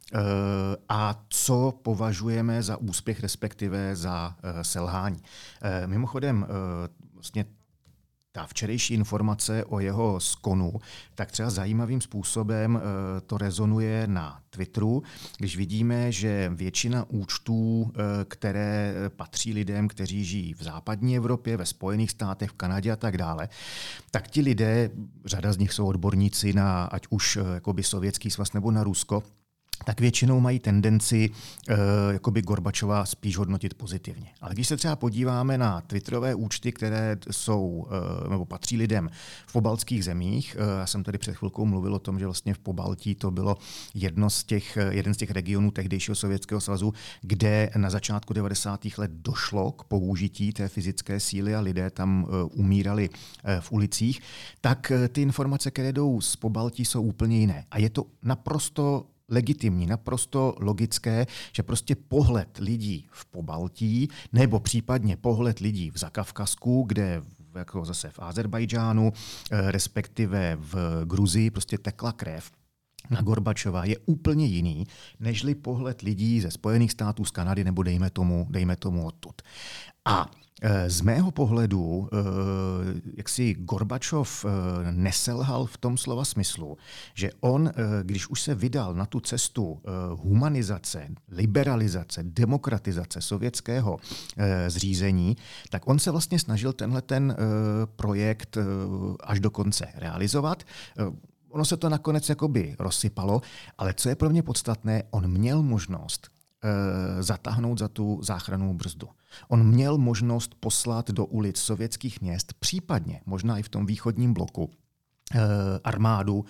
a co považujeme za úspěch, respektive za selhání. Mimochodem, vlastně ta včerejší informace o jeho skonu, tak třeba zajímavým způsobem to rezonuje na Twitteru, když vidíme, že většina účtů, které patří lidem, kteří žijí v západní Evropě, ve Spojených státech, v Kanadě a tak dále, tak ti lidé, řada z nich jsou odborníci na ať už jakoby Sovětský svaz nebo na Rusko, tak většinou mají tendenci uh, jakoby Gorbačova spíš hodnotit pozitivně. Ale když se třeba podíváme na twitterové účty, které jsou uh, nebo patří lidem v pobaltských zemích, uh, já jsem tady před chvilkou mluvil o tom, že vlastně v Pobaltí to bylo jedno z těch, jeden z těch regionů tehdejšího Sovětského svazu, kde na začátku devadesátých let došlo k použití té fyzické síly a lidé tam uh, umírali uh, v ulicích, tak uh, ty informace, které jdou z Pobaltí, jsou úplně jiné. A je to naprosto legitimní, naprosto logické, že prostě pohled lidí v Pobaltí nebo případně pohled lidí v Zakavkazsku, kde jako zase v Azerbajdžánu, respektive v Gruzii prostě tekla krev na Gorbačova, je úplně jiný, nežli pohled lidí ze Spojených států, z Kanady nebo dejme tomu, dejme tomu odtud. A z mého pohledu, jak si Gorbačov neselhal v tom slova smyslu, že on, když už se vydal na tu cestu humanizace, liberalizace, demokratizace sovětského zřízení, tak on se vlastně snažil tenhle ten projekt až do konce realizovat. Ono se to nakonec jakoby rozsypalo, ale co je pro mě podstatné, on měl možnost zatáhnout za tu záchrannou brzdu. On měl možnost poslat do ulic sovětských měst, případně možná i v tom východním bloku, armádu,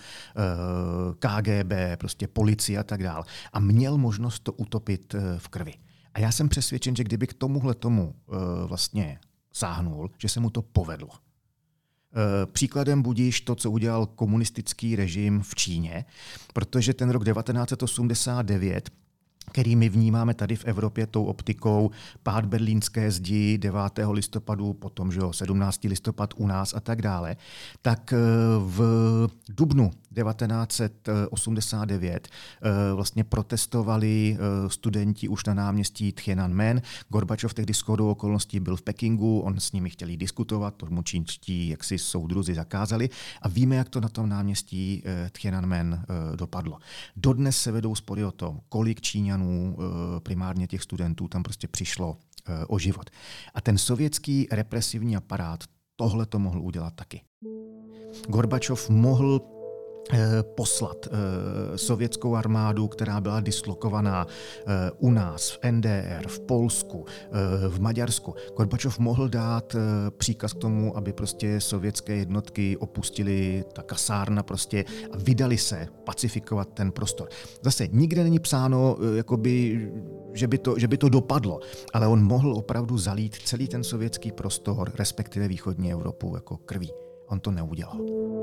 K G B, prostě policii a tak dál. A měl možnost to utopit v krvi. A já jsem přesvědčen, že kdyby k tomuhle tomu vlastně sáhnul, že se mu to povedlo. Příkladem budíš to, co udělal komunistický režim v Číně, protože ten rok devatenáct set osmdesát devět, který my vnímáme tady v Evropě tou optikou pád berlínské zdi devátého listopadu, potom že jo, sedmnáctého listopad u nás a tak dále, tak v dubnu devatenáct set osmdesát devět vlastně protestovali studenti už na náměstí Tiananmen. Gorbačov tehdy shodou okolností byl v Pekingu, on s nimi chtěl diskutovat, tomu čínští jaksi soudruzi zakázali a víme, jak to na tom náměstí Tiananmen dopadlo. Dodnes se vedou spory o tom, kolik Číňanů, primárně těch studentů, tam prostě přišlo o život. A ten sovětský represivní aparát tohle to mohl udělat taky. Gorbačov mohl poslat sovětskou armádu, která byla dislokovaná u nás, v N D R, v Polsku, v Maďarsku. Gorbačov mohl dát příkaz k tomu, aby prostě sovětské jednotky opustily ta kasárna prostě a vydali se pacifikovat ten prostor. Zase nikde není psáno, jakoby, že, by to, že by to dopadlo, ale on mohl opravdu zalít celý ten sovětský prostor, respektive východní Evropu, jako krví. On to neudělal.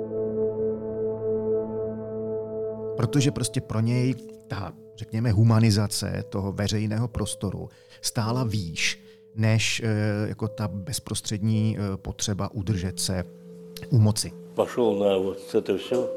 Protože prostě pro něj ta, řekněme, humanizace toho veřejného prostoru stála výš, než e, jako ta bezprostřední e, potřeba udržet se u moci. Pošel na вот это все.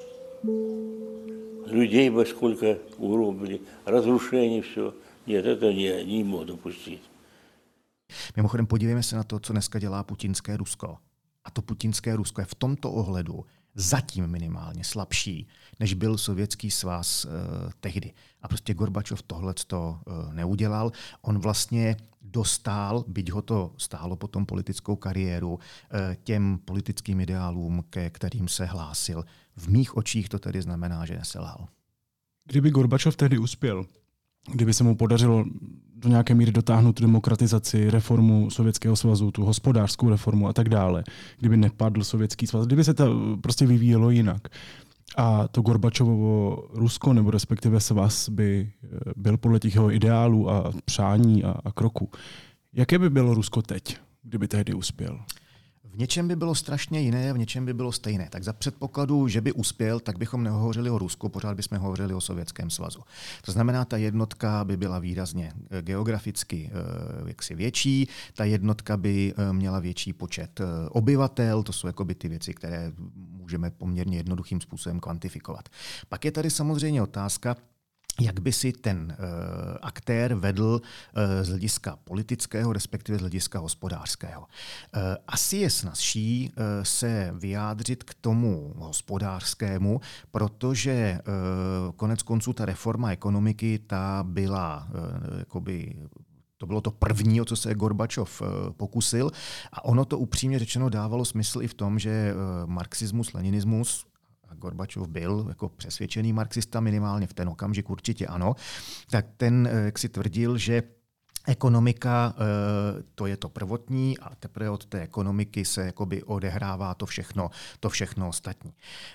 Людей бы сколько угробили, разрушений все. Нет, это не, не mohu dopustit. Mimochodem podívejme se na to, co dneska dělá putinské Rusko. A to putinské Rusko je v tomto ohledu zatím minimálně slabší, než byl Sovětský svaz uh, tehdy. A prostě Gorbačov tohleto uh, neudělal. On vlastně dostál, byť ho to stálo potom politickou kariéru, uh, těm politickým ideálům, ke kterým se hlásil. V mých očích to tedy znamená, že neselhal. Kdyby Gorbačov tehdy uspěl, kdyby se mu podařilo do nějaké míry dotáhnout demokratizaci, reformu Sovětského svazu, tu hospodářskou reformu a tak dále, kdyby nepadl Sovětský svaz, kdyby se to prostě vyvíjelo jinak. A to Gorbačovo Rusko, nebo respektive svaz by byl podle těch jeho ideálů a přání a, a kroků. Jaké by bylo Rusko teď, kdyby tehdy uspěl? V něčem by bylo strašně jiné, v něčem by bylo stejné. Tak za předpokladu, že by uspěl, tak bychom nehovořili o Rusku, pořád bychom hovořili o Sovětském svazu. To znamená, ta jednotka by byla výrazně geograficky jaksi větší, ta jednotka by měla větší počet obyvatel, to jsou jakoby ty věci, které můžeme poměrně jednoduchým způsobem kvantifikovat. Pak je tady samozřejmě otázka, jak by si ten uh, aktér vedl uh, z hlediska politického, respektive z hlediska hospodářského. Uh, asi je snazší uh, se vyjádřit k tomu hospodářskému, protože uh, konec konců ta reforma ekonomiky ta byla uh, jakoby to bylo to první, o co se Gorbačov pokusil. A ono to upřímně řečeno dávalo smysl i v tom, že marxismus, leninismus, a Gorbačov byl jako přesvědčený marxista, minimálně v ten okamžik určitě ano, tak ten, jak si tvrdil, že ekonomika, to je to prvotní a teprve od té ekonomiky se jakoby odehrává to všechno, to všechno ostatní.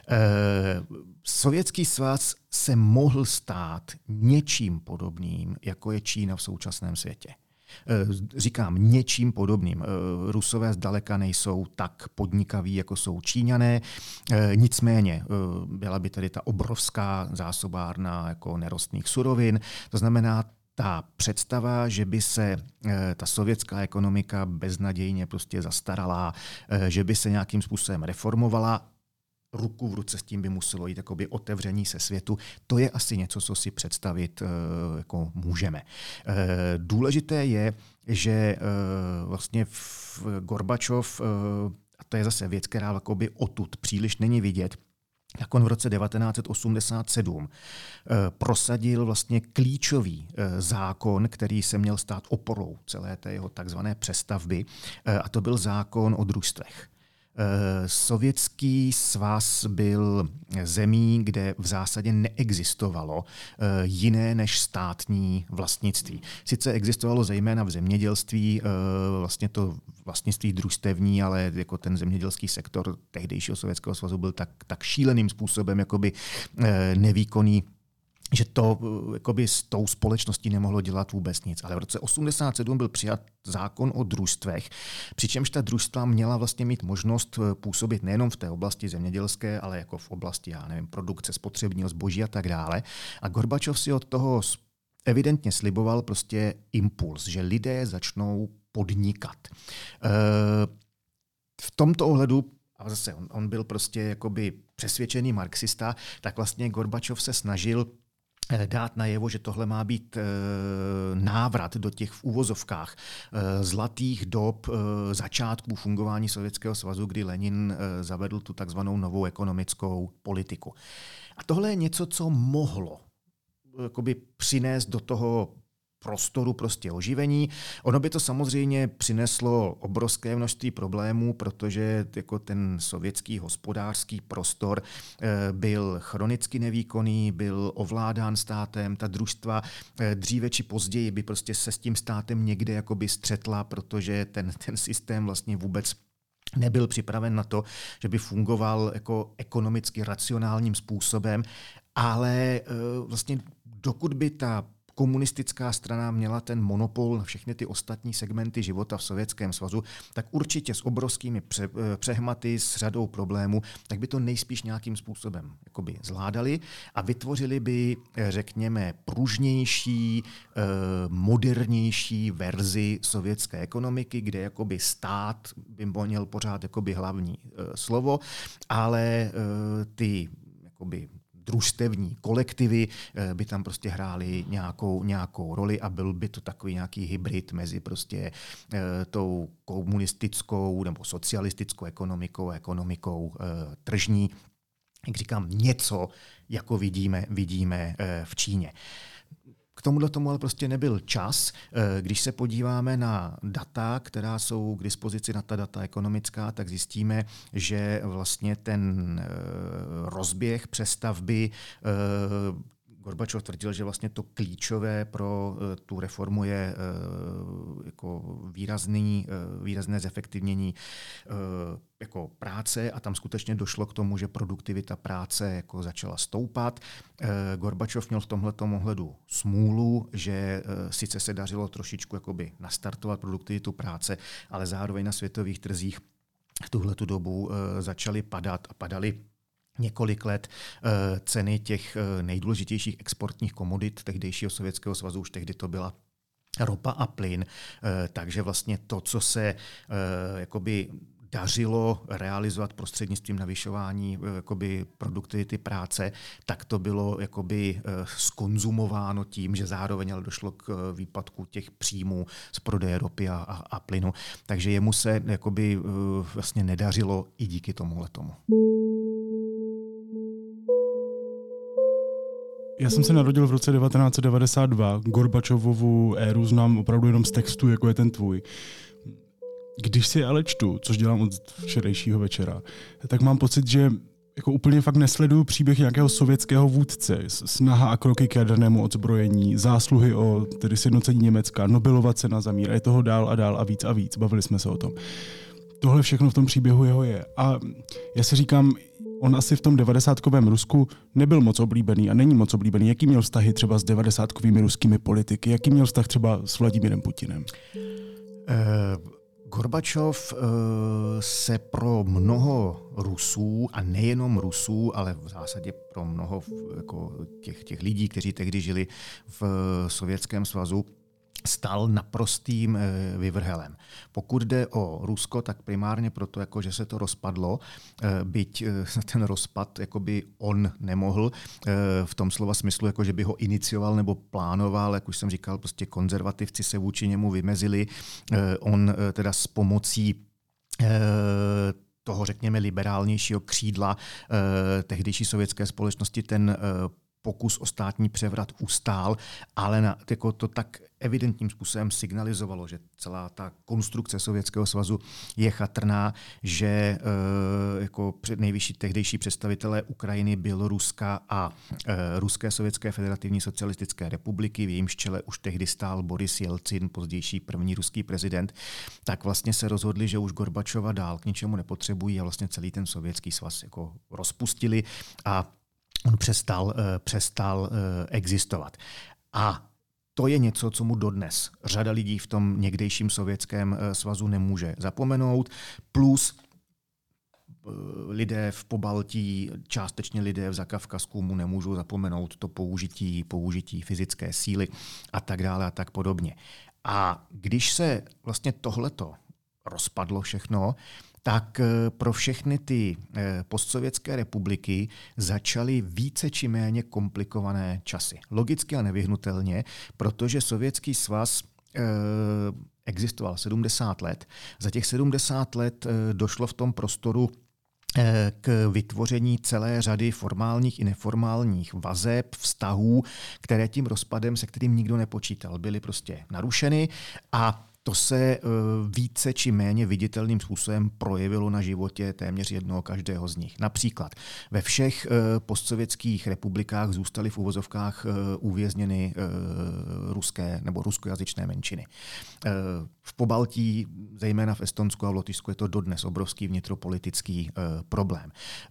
Sovětský svaz se mohl stát něčím podobným, jako je Čína v současném světě. Říkám něčím podobným. Rusové zdaleka nejsou tak podnikaví, jako jsou Číňané. Nicméně byla by tedy ta obrovská zásobárna jako nerostných surovin. To znamená, ta představa, že by se ta sovětská ekonomika beznadějně prostě zastarala, že by se nějakým způsobem reformovala, ruku v ruce s tím by muselo jít jakoby otevření se světu. To je asi něco, co si představit jako můžeme. Důležité je, že vlastně v Gorbačov, a to je zase věc, která jakoby odtud příliš není vidět, tak on v roce devatenáct set osmdesát sedm prosadil vlastně klíčový zákon, který se měl stát oporou celé té jeho takzvané přestavby, a to byl zákon o družstvech. Sovětský svaz byl zemí, kde v zásadě neexistovalo jiné než státní vlastnictví. Sice existovalo zejména v zemědělství vlastně to vlastnictví družstevní, ale jako ten zemědělský sektor tehdejšího Sovětského svazu byl tak, tak šíleným způsobem jakoby nevýkonný, že to jakoby s tou společností nemohlo dělat vůbec nic. Ale v roce osmdesát sedm byl přijat zákon o družstvech, přičemž ta družstva měla vlastně mít možnost působit nejenom v té oblasti zemědělské, ale jako v oblasti, já nevím, produkce spotřebního zboží a tak dále. A Gorbačov si od toho evidentně sliboval prostě impuls, že lidé začnou podnikat. V tomto ohledu, a zase on, on byl prostě jakoby přesvědčený marxista, tak vlastně Gorbačov se snažil dát najevo, že tohle má být návrat do těch v úvozovkách zlatých dob začátků fungování Sovětského svazu, kdy Lenin zavedl tu takzvanou novou ekonomickou politiku. A tohle je něco, co mohlo jakoby přinést do toho prostoru prostě oživení. Ono by to samozřejmě přineslo obrovské množství problémů, protože jako ten sovětský hospodářský prostor byl chronicky nevýkonný, byl ovládán státem, ta družstva dříve či později by prostě se s tím státem někde jakoby střetla, protože ten, ten systém vlastně vůbec nebyl připraven na to, že by fungoval jako ekonomicky racionálním způsobem, ale vlastně dokud by ta komunistická strana měla ten monopol na všechny ty ostatní segmenty života v Sovětském svazu, tak určitě s obrovskými pře- přehmaty, s řadou problémů, tak by to nejspíš nějakým způsobem jakoby zvládali a vytvořili by, řekněme, pružnější, modernější verzi sovětské ekonomiky, kde jakoby stát by měl pořád jakoby hlavní slovo, ale ty jakoby družstevní kolektivy by tam prostě hrály nějakou, nějakou roli a byl by to takový nějaký hybrid mezi prostě tou komunistickou nebo socialistickou ekonomikou a ekonomikou tržní. Jak říkám, něco, jako vidíme, vidíme v Číně. K tomuhle tomu ale prostě nebyl čas. Když se podíváme na data, která jsou k dispozici, na ta data ekonomická, tak zjistíme, že vlastně ten rozběh přestavby, Gorbačov tvrdil, že vlastně to klíčové pro tu reformu je jako výrazný, výrazné zefektivnění jako práce a tam skutečně došlo k tomu, že produktivita práce jako začala stoupat. Gorbačov měl v tomhletom ohledu smůlu, že sice se dařilo trošičku jakoby nastartovat produktivitu práce, ale zároveň na světových trzích v tuhletu dobu začaly padat a padaly několik let ceny těch nejdůležitějších exportních komodit tehdejšího Sovětského svazu, už tehdy to byla ropa a plyn, takže vlastně to, co se jakoby dařilo realizovat prostřednictvím navyšování jakoby produktivity práce, tak to bylo jakoby skonzumováno tím, že zároveň ale došlo k výpadku těch příjmů z prodeje ropy a, a, a plynu. Takže jemu se jakoby vlastně nedařilo i díky tomuhle tomu. Já jsem se narodil v roce devatenáct set devadesát dva. Gorbačovovu éru znám opravdu jenom z textu, jako je ten tvůj. Když si ale čtu, což dělám od včerejšího večera, tak mám pocit, že jako úplně fakt nesleduju příběh nějakého sovětského vůdce, snaha a kroky k jadernému odzbrojení, zásluhy o tedy sjednocení Německa, Nobelova cena za mír, a je toho dál a dál a víc a víc. Bavili jsme se o tom. Tohle všechno v tom příběhu jeho je. A já si říkám, on asi v tom devadesátkovém Rusku nebyl moc oblíbený a není moc oblíbený. Jaký měl vztahy třeba s devadesátkovými ruskými politiky? Jaký měl vztah třeba s Vladimírem Putinem? Uh... Gorbačov se pro mnoho Rusů, a nejenom Rusů, ale v zásadě pro mnoho jako těch, těch lidí, kteří tehdy žili v Sovětském svazu, stal naprostým vyvrhelem. Pokud jde o Rusko, tak primárně proto, jako, že se to rozpadlo, byť ten rozpad jakoby on nemohl v tom slova smyslu, jako, že by ho inicioval nebo plánoval, jak už jsem říkal, prostě konzervativci se vůči němu vymezili. On teda s pomocí toho, řekněme, liberálnějšího křídla tehdejší sovětské společnosti ten pokus o státní převrat ustál, ale na, jako to tak evidentním způsobem signalizovalo, že celá ta konstrukce Sovětského svazu je chatrná, že e, jako nejvyšší tehdejší představitelé Ukrajiny, Běloruska a e, Ruské sovětské federativní socialistické republiky, v jejímž čele už tehdy stál Boris Jelcin, pozdější první ruský prezident, tak vlastně se rozhodli, že už Gorbačova dál k ničemu nepotřebují a vlastně celý ten Sovětský svaz jako rozpustili a on přestal, přestal existovat. A to je něco, co mu dodnes řada lidí v tom někdejším Sovětském svazu nemůže zapomenout, plus lidé v Pobaltí, částečně lidé v Zakavkazsku mu nemůžou zapomenout to použití, použití fyzické síly a tak dále a tak podobně. A když se vlastně tohleto rozpadlo všechno, tak pro všechny ty postsovětské republiky začaly více či méně komplikované časy. Logicky a nevyhnutelně, protože Sovětský svaz existoval sedmdesát let. Za těch sedmdesát let došlo v tom prostoru k vytvoření celé řady formálních i neformálních vazeb, vztahů, které tím rozpadem, se kterým nikdo nepočítal, byly prostě narušeny a to se více či méně viditelným způsobem projevilo na životě téměř jednoho každého z nich. Například ve všech postsovětských republikách zůstaly v uvozovkách uvězněny ruské nebo ruskojazyčné menšiny. V Pobaltí, zejména v Estonsku a v Lotyšsku, je to dodnes obrovský vnitropolitický problém.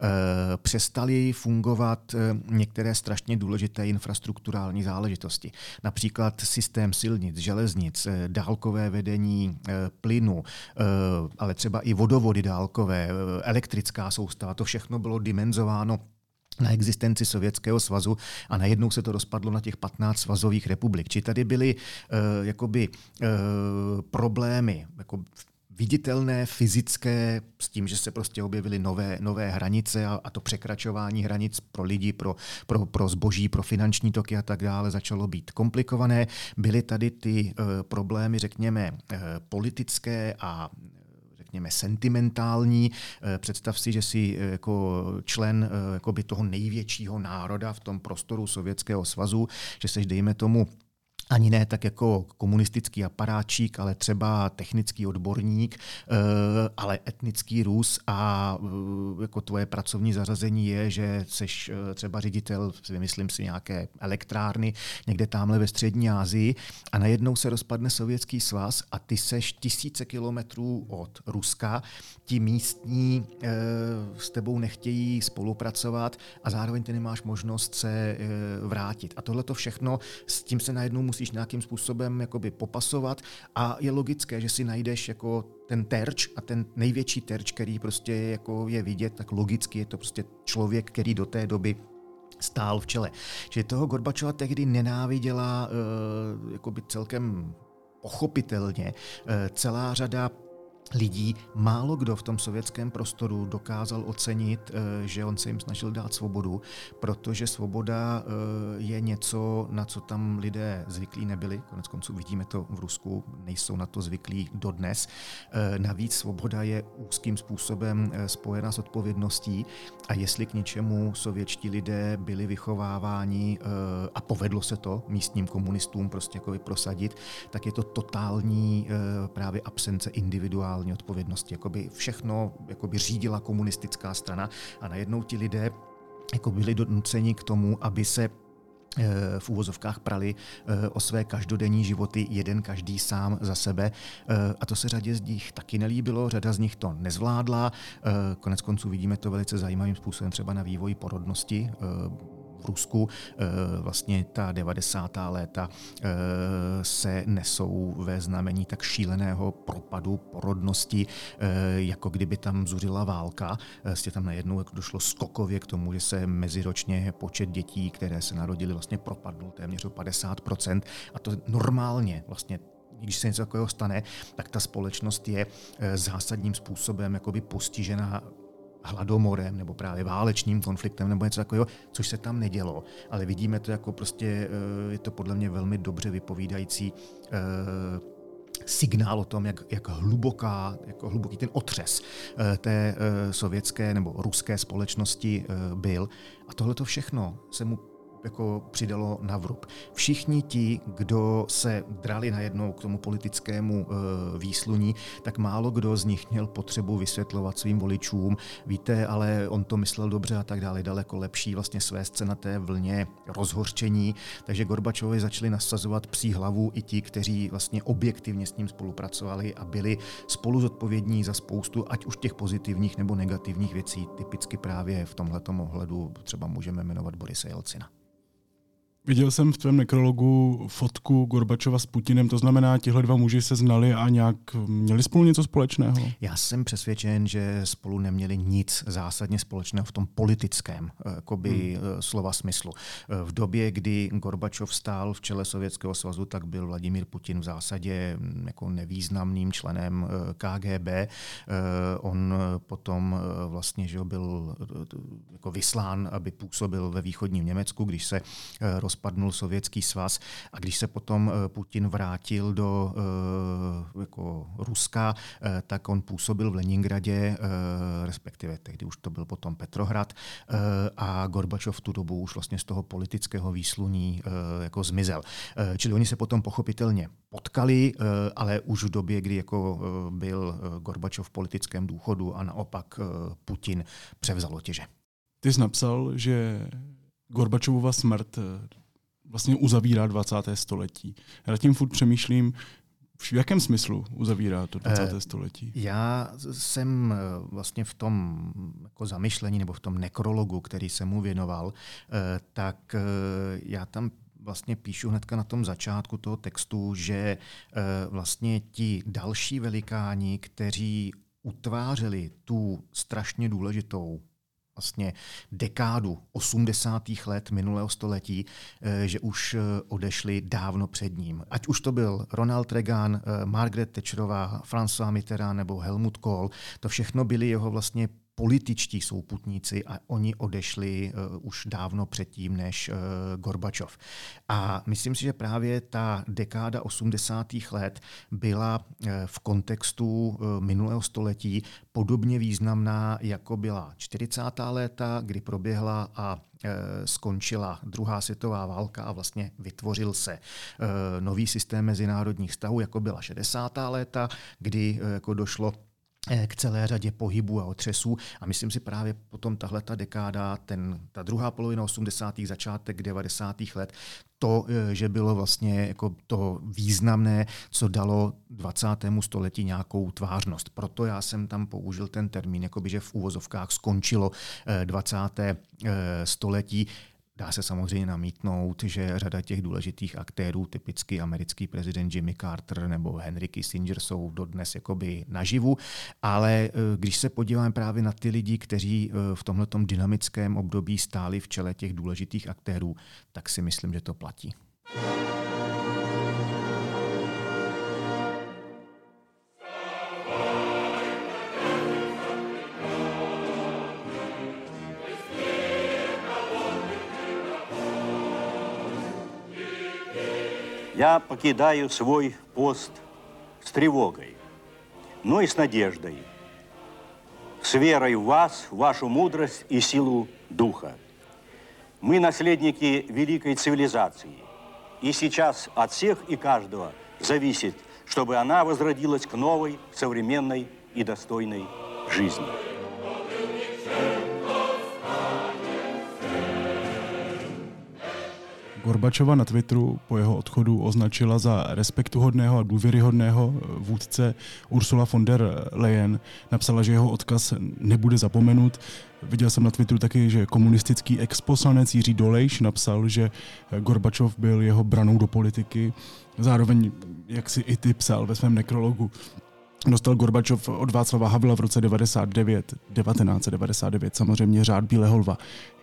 Přestaly fungovat některé strašně důležité infrastrukturální záležitosti. Například systém silnic, železnic, dálkové vedení plynu, ale třeba i vodovody dálkové, elektrická soustava, to všechno bylo dimenzováno na existenci Sovětského svazu a najednou se to rozpadlo na těch patnáct svazových republik. Či tady byly uh, jakoby uh, problémy jako viditelné, fyzické, s tím, že se prostě objevily nové, nové hranice a, a to překračování hranic pro lidi, pro, pro, pro zboží, pro finanční toky a tak dále začalo být komplikované. Byly tady ty uh, problémy, řekněme, uh, politické a řekněme sentimentální. Představ si, že jsi jako člen jako by toho největšího národa v tom prostoru Sovětského svazu, že seš, dejme tomu, ani ne tak jako komunistický aparáčík, ale třeba technický odborník, ale etnický Rus a jako tvoje pracovní zařazení je, že seš třeba ředitel, vymyslím si, nějaké elektrárny někde tamhle ve střední Asii a najednou se rozpadne Sovětský svaz a ty seš tisíce kilometrů od Ruska, ti místní s tebou nechtějí spolupracovat a zároveň ty nemáš možnost se vrátit. A tohle to všechno, s tím se najednou musíš nějakým způsobem jakoby popasovat a je logické, že si najdeš jako ten terč a ten největší terč, který prostě jako je vidět, tak logicky je to prostě člověk, který do té doby stál v čele. Čili toho Gorbačova tehdy nenáviděla uh, jakoby celkem pochopitelně uh, celá řada lidí. Málo kdo v tom sovětském prostoru dokázal ocenit, že on se jim snažil dát svobodu, protože svoboda je něco, na co tam lidé zvyklí nebyli. Konec konců vidíme to v Rusku, nejsou na to zvyklí dodnes. Navíc svoboda je úzkým způsobem spojena s odpovědností a jestli k něčemu sovětští lidé byli vychováváni a povedlo se to místním komunistům prostě jako prosadit, tak je to totální právě absence individuální odpovědnosti. Jakoby všechno jakoby řídila komunistická strana a najednou ti lidé jako byli donuceni k tomu, aby se v úvozovkách prali o své každodenní životy, jeden každý sám za sebe. A to se řadě z nich taky nelíbilo, řada z nich to nezvládla. Konec konců vidíme to velice zajímavým způsobem třeba na vývoji porodnosti v Rusku. Vlastně ta devadesátá léta se nesou ve znamení tak šíleného propadu porodnosti, jako kdyby tam zuřila válka. Vlastně tam najednou došlo skokově k tomu, že se meziročně počet dětí, které se narodily, vlastně propadl téměř o padesát procent. A to normálně vlastně když se něco takového stane, tak ta společnost je zásadním způsobem jakoby postižená hladomorem nebo právě válečným konfliktem nebo něco takového, což se tam nedělo. Ale vidíme to jako prostě, je to podle mě velmi dobře vypovídající signál o tom, jak, jak hluboká, jako hluboký ten otřes té sovětské nebo ruské společnosti byl. A tohle to všechno se mu jako přidalo na vrub. Všichni ti, kdo se drali najednou k tomu politickému e, výsluní, tak málo kdo z nich měl potřebu vysvětlovat svým voličům. Víte, ale on to myslel dobře a tak dále, daleko lepší vlastně svést se na té vlně rozhořčení. Takže Gorbačovi začali nasazovat psí hlavu i ti, kteří vlastně objektivně s ním spolupracovali a byli spolu zodpovědní za spoustu, ať už těch pozitivních nebo negativních věcí. Typicky právě v tomhletom ohledu třeba můžeme jmenovat Borise Jelcina. Viděl jsem v tvém nekrologu fotku Gorbačova s Putinem, to znamená, tihle dva muži se znali a nějak měli spolu něco společného? Já jsem přesvědčen, že spolu neměli nic zásadně společného v tom politickém jakoby, hmm. slova smyslu. V době, kdy Gorbačov stál v čele Sovětského svazu, tak byl Vladimír Putin v zásadě jako nevýznamným členem K G B. On potom vlastně že byl jako vyslán, aby působil ve východním Německu, když se rozpadnul Sovětský svaz a když se potom Putin vrátil do jako Ruska, tak on působil v Leningradě, respektive tehdy už to byl potom Petrohrad a Gorbačov v tu dobu už vlastně z toho politického výsluní jako zmizel. Čili oni se potom pochopitelně potkali, ale už v době, kdy jako byl Gorbačov v politickém důchodu a naopak Putin převzal otěže. Ty jsi napsal, že Gorbačovova smrt vlastně uzavírá dvacáté století. Já nad tím furt přemýšlím, v jakém smyslu uzavírá to dvacáté století? Já jsem vlastně v tom jako zamyšlení nebo v tom nekrologu, který jsem mu věnoval, tak já tam vlastně píšu hnedka na tom začátku toho textu, že vlastně ti další velikáni, kteří utvářeli tu strašně důležitou vlastně dekádu osmdesátých let minulého století, že už odešli dávno před ním. Ať už to byl Ronald Reagan, Margaret Thatcherová, François Mitterrand nebo Helmut Kohl, to všechno byli jeho vlastně političtí souputníci a oni odešli uh, už dávno předtím než uh, Gorbačov. A myslím si, že právě ta dekáda osmdesátých let byla uh, v kontextu uh, minulého století podobně významná, jako byla čtyřicátá léta, kdy proběhla a uh, skončila druhá světová válka a vlastně vytvořil se uh, nový systém mezinárodních vztahů, jako byla šedesátá léta, kdy uh, jako došlo k celé řadě pohybů a otřesů. A myslím si právě potom tahleta dekáda, ten, ta druhá polovina osmdesátých, začátek devadesátých let, to, že bylo vlastně jako to významné, co dalo dvacátému století nějakou tvářnost. Proto já jsem tam použil ten termín, jakoby, že v úvozovkách skončilo dvacáté století. Dá se samozřejmě namítnout, že řada těch důležitých aktérů, typicky americký prezident Jimmy Carter nebo Henry Kissinger, jsou dodnes jakoby naživu, ale když se podíváme právě na ty lidi, kteří v tomhletom dynamickém období stáli v čele těch důležitých aktérů, tak si myslím, že to platí. Я покидаю свой пост с тревогой, но и с надеждой, с верой в вас, в вашу мудрость и силу духа. Мы наследники великой цивилизации, и сейчас от всех и каждого зависит, чтобы она возродилась к новой, современной и достойной жизни. Gorbačova na Twitteru po jeho odchodu označila za respektuhodného a důvěryhodného vůdce Ursula von der Leyen. Napsala, že jeho odkaz nebude zapomenut. Viděl jsem na Twitteru taky, že komunistický exposlanec Jiří Dolejš napsal, že Gorbačov byl jeho branou do politiky. Zároveň, jak si i ty psal ve svém nekrologu, dostal Gorbačov od Václava Havla v roce devadesát devět, devatenáct set devadesát devět samozřejmě řád Bílého lva.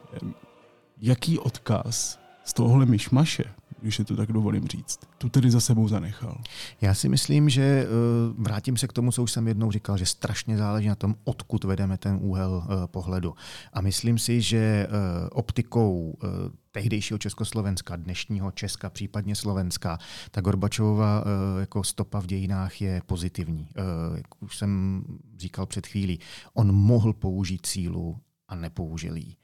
Jaký odkaz z tohohle myšmaše, když si to tak dovolím říct, tu tedy za sebou zanechal? Já si myslím, že vrátím se k tomu, co už jsem jednou říkal, že strašně záleží na tom, odkud vedeme ten úhel pohledu. A myslím si, že optikou tehdejšího Československa, dnešního Česka, případně Slovenska, ta Gorbačovova jako stopa v dějinách je pozitivní. Jak už jsem říkal před chvílí, on mohl použít sílu a nepoužil jí.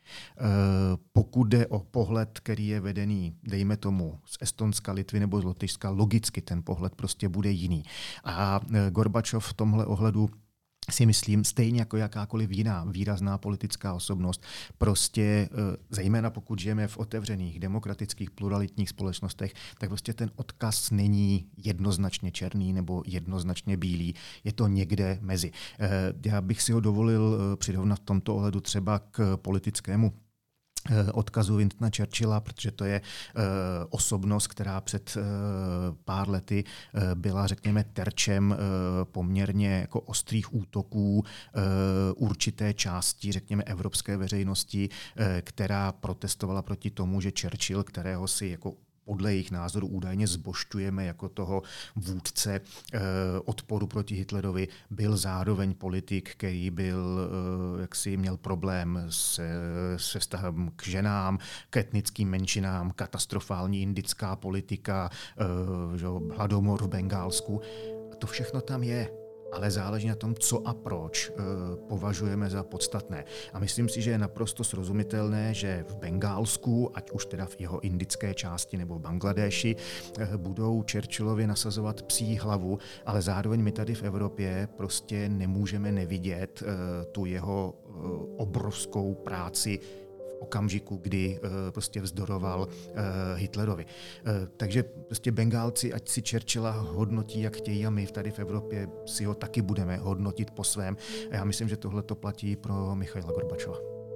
Pokud jde o pohled, který je vedený, dejme tomu, z Estonska, Litvy nebo z Lotyšska, logicky ten pohled prostě bude jiný. A Gorbačov v tomhle ohledu si myslím, stejně jako jakákoliv jiná výrazná politická osobnost, prostě zejména pokud žijeme v otevřených, demokratických, pluralitních společnostech, tak prostě ten odkaz není jednoznačně černý nebo jednoznačně bílý. Je to někde mezi. Já bych si ho dovolil přirovnat v tomto ohledu třeba k politickému odkazu Winstona Churchilla, protože to je uh, osobnost, která před uh, pár lety uh, byla, řekněme, terčem uh, poměrně jako ostrých útoků uh, určité části, řekněme, evropské veřejnosti, uh, která protestovala proti tomu, že Churchill, kterého si jako podle jejich názoru údajně zbožťujeme jako toho vůdce eh, odporu proti Hitlerovi, byl zároveň politik, který byl, eh, jaksi měl problém se, se vztahem k ženám, k etnickým menšinám, katastrofální indická politika, eh, že, hladomor v Bengálsku. A to všechno tam je. Ale záleží na tom, co a proč e, považujeme za podstatné. A myslím si, že je naprosto srozumitelné, že v Bengálsku, ať už teda v jeho indické části nebo v Bangladéši, e, budou Churchillovi nasazovat psí hlavu, ale zároveň my tady v Evropě prostě nemůžeme nevidět e, tu jeho e, obrovskou práci v okamžiku, kdy uh, prostě vzdoroval uh, Hitlerovi. Uh, takže prostě Bengálci, ať si Churchilla hodnotí, jak chtějí, a my tady v Evropě si ho taky budeme hodnotit po svém. A já myslím, že tohle to platí pro Michaila Gorbačova.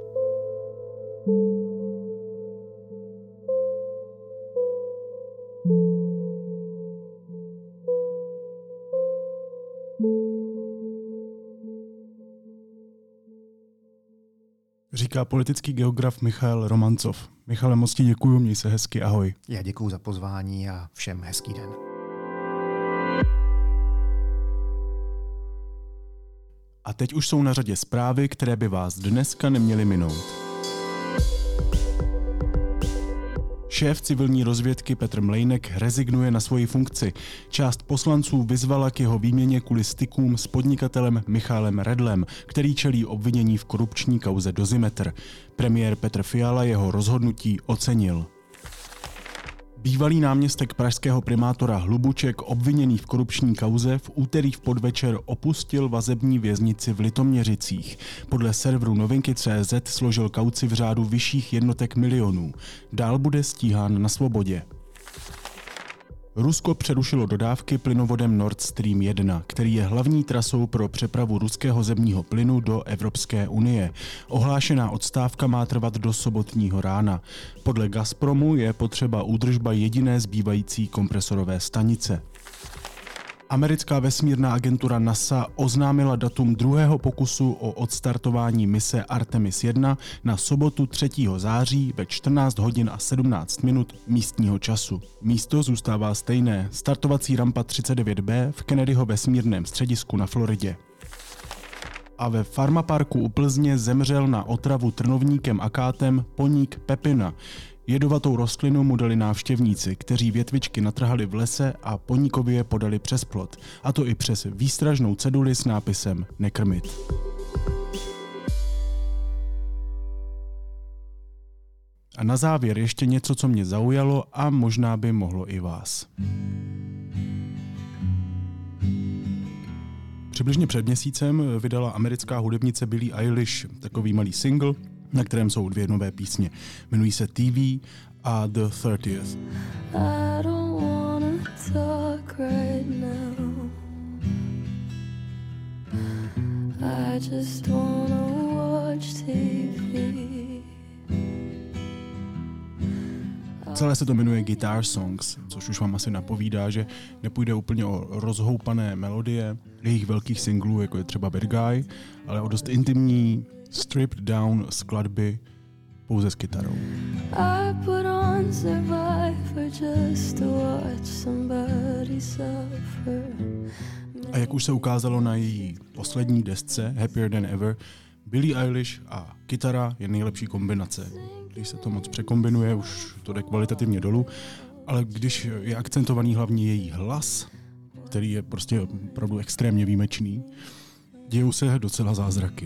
Říká politický geograf Michal Romancov. Michale, moc ti děkuju, měj se hezky, ahoj. Já děkuju za pozvání a všem hezký den. A teď už jsou na řadě zprávy, které by vás dneska neměly minout. Šéf civilní rozvědky Petr Mlejnek rezignuje na svoji funkci. Část poslanců vyzvala k jeho výměně kvůli stykům s podnikatelem Michailem Redlem, který čelí obvinění v korupční kauze Dozimetr. Premiér Petr Fiala jeho rozhodnutí ocenil. Bývalý náměstek pražského primátora Hlubuček, obviněný v korupční kauze, v úterý v podvečer opustil vazební věznici v Litoměřicích. Podle serveru novinky tečka cé zet složil kauci v řádu vyšších jednotek milionů. Dál bude stíhán na svobodě. Rusko přerušilo dodávky plynovodem Nord Stream jedna, který je hlavní trasou pro přepravu ruského zemního plynu do Evropské unie. Ohlášená odstávka má trvat do sobotního rána. Podle Gazpromu je potřeba údržba jediné zbývající kompresorové stanice. Americká vesmírná agentura NASA oznámila datum druhého pokusu o odstartování mise Artemis jedna na sobotu třetího září ve čtrnáct hodin a sedmnáct minut místního času. Místo zůstává stejné, startovací rampa třicet devět bé v Kennedyho vesmírném středisku na Floridě. A ve farmaparku u Plzně zemřel na otravu trnovníkem akátem poník Pepina. Jedovatou rostlinu mu dali návštěvníci, kteří větvičky natrhali v lese a poníkovi je podali přes plot, a to i přes výstražnou ceduli s nápisem Nekrmit. A na závěr ještě něco, co mě zaujalo a možná by mohlo i vás. Přibližně před měsícem vydala americká hudebnice Billie Eilish takový malý single, na kterém jsou dvě nové písně. Jmenují se T V a The thirtieth. I don't wanna talk right now. I just wanna watch T V. Celé se to jmenuje Guitar Songs, což už vám asi napovídá, že nepůjde úplně o rozhoupané melodie jejich velkých singlů, jako je třeba Bad Guy, ale o dost intimní, stripped down skladby pouze s kytarou. I put on Survivor just to watch somebody suffer. A jak už se ukázalo na její poslední desce Happier Than Ever, Billie Eilish a kytara je nejlepší kombinace. Když se to moc překombinuje, už to jde kvalitativně dolů, ale když je akcentovaný hlavně její hlas, který je prostě opravdu extrémně výjimečný, dějou se docela zázraky.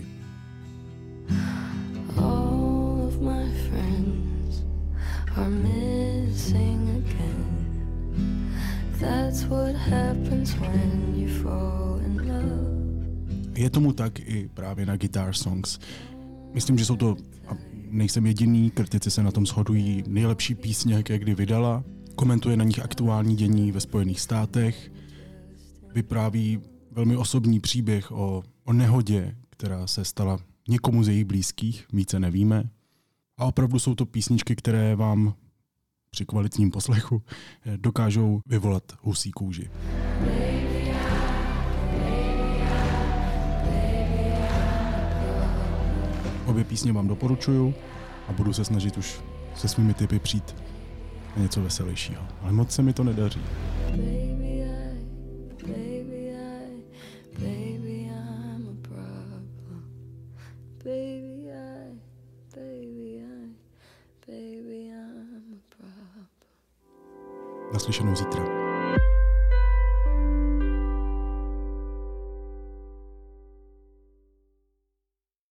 All of my friends are missing again. That's what happens when you fall in love. Je tomu tak i právě na Guitar Songs. Myslím, že jsou to, a nejsem jediný, kritici se na tom shodují, nejlepší písně, jaké kdy vydala. Komentuje na nich aktuální dění ve Spojených státech. Vypráví velmi osobní příběh o, o nehodě, která se stala někomu z jejich blízkých, více nevíme. A opravdu jsou to písničky, které vám při kvalitním poslechu dokážou vyvolat husí kůži. Obě písně vám doporučuju a budu se snažit už se svými tipy přijít na něco veselějšího. Ale moc se mi to nedaří. Naslyšenou zítra.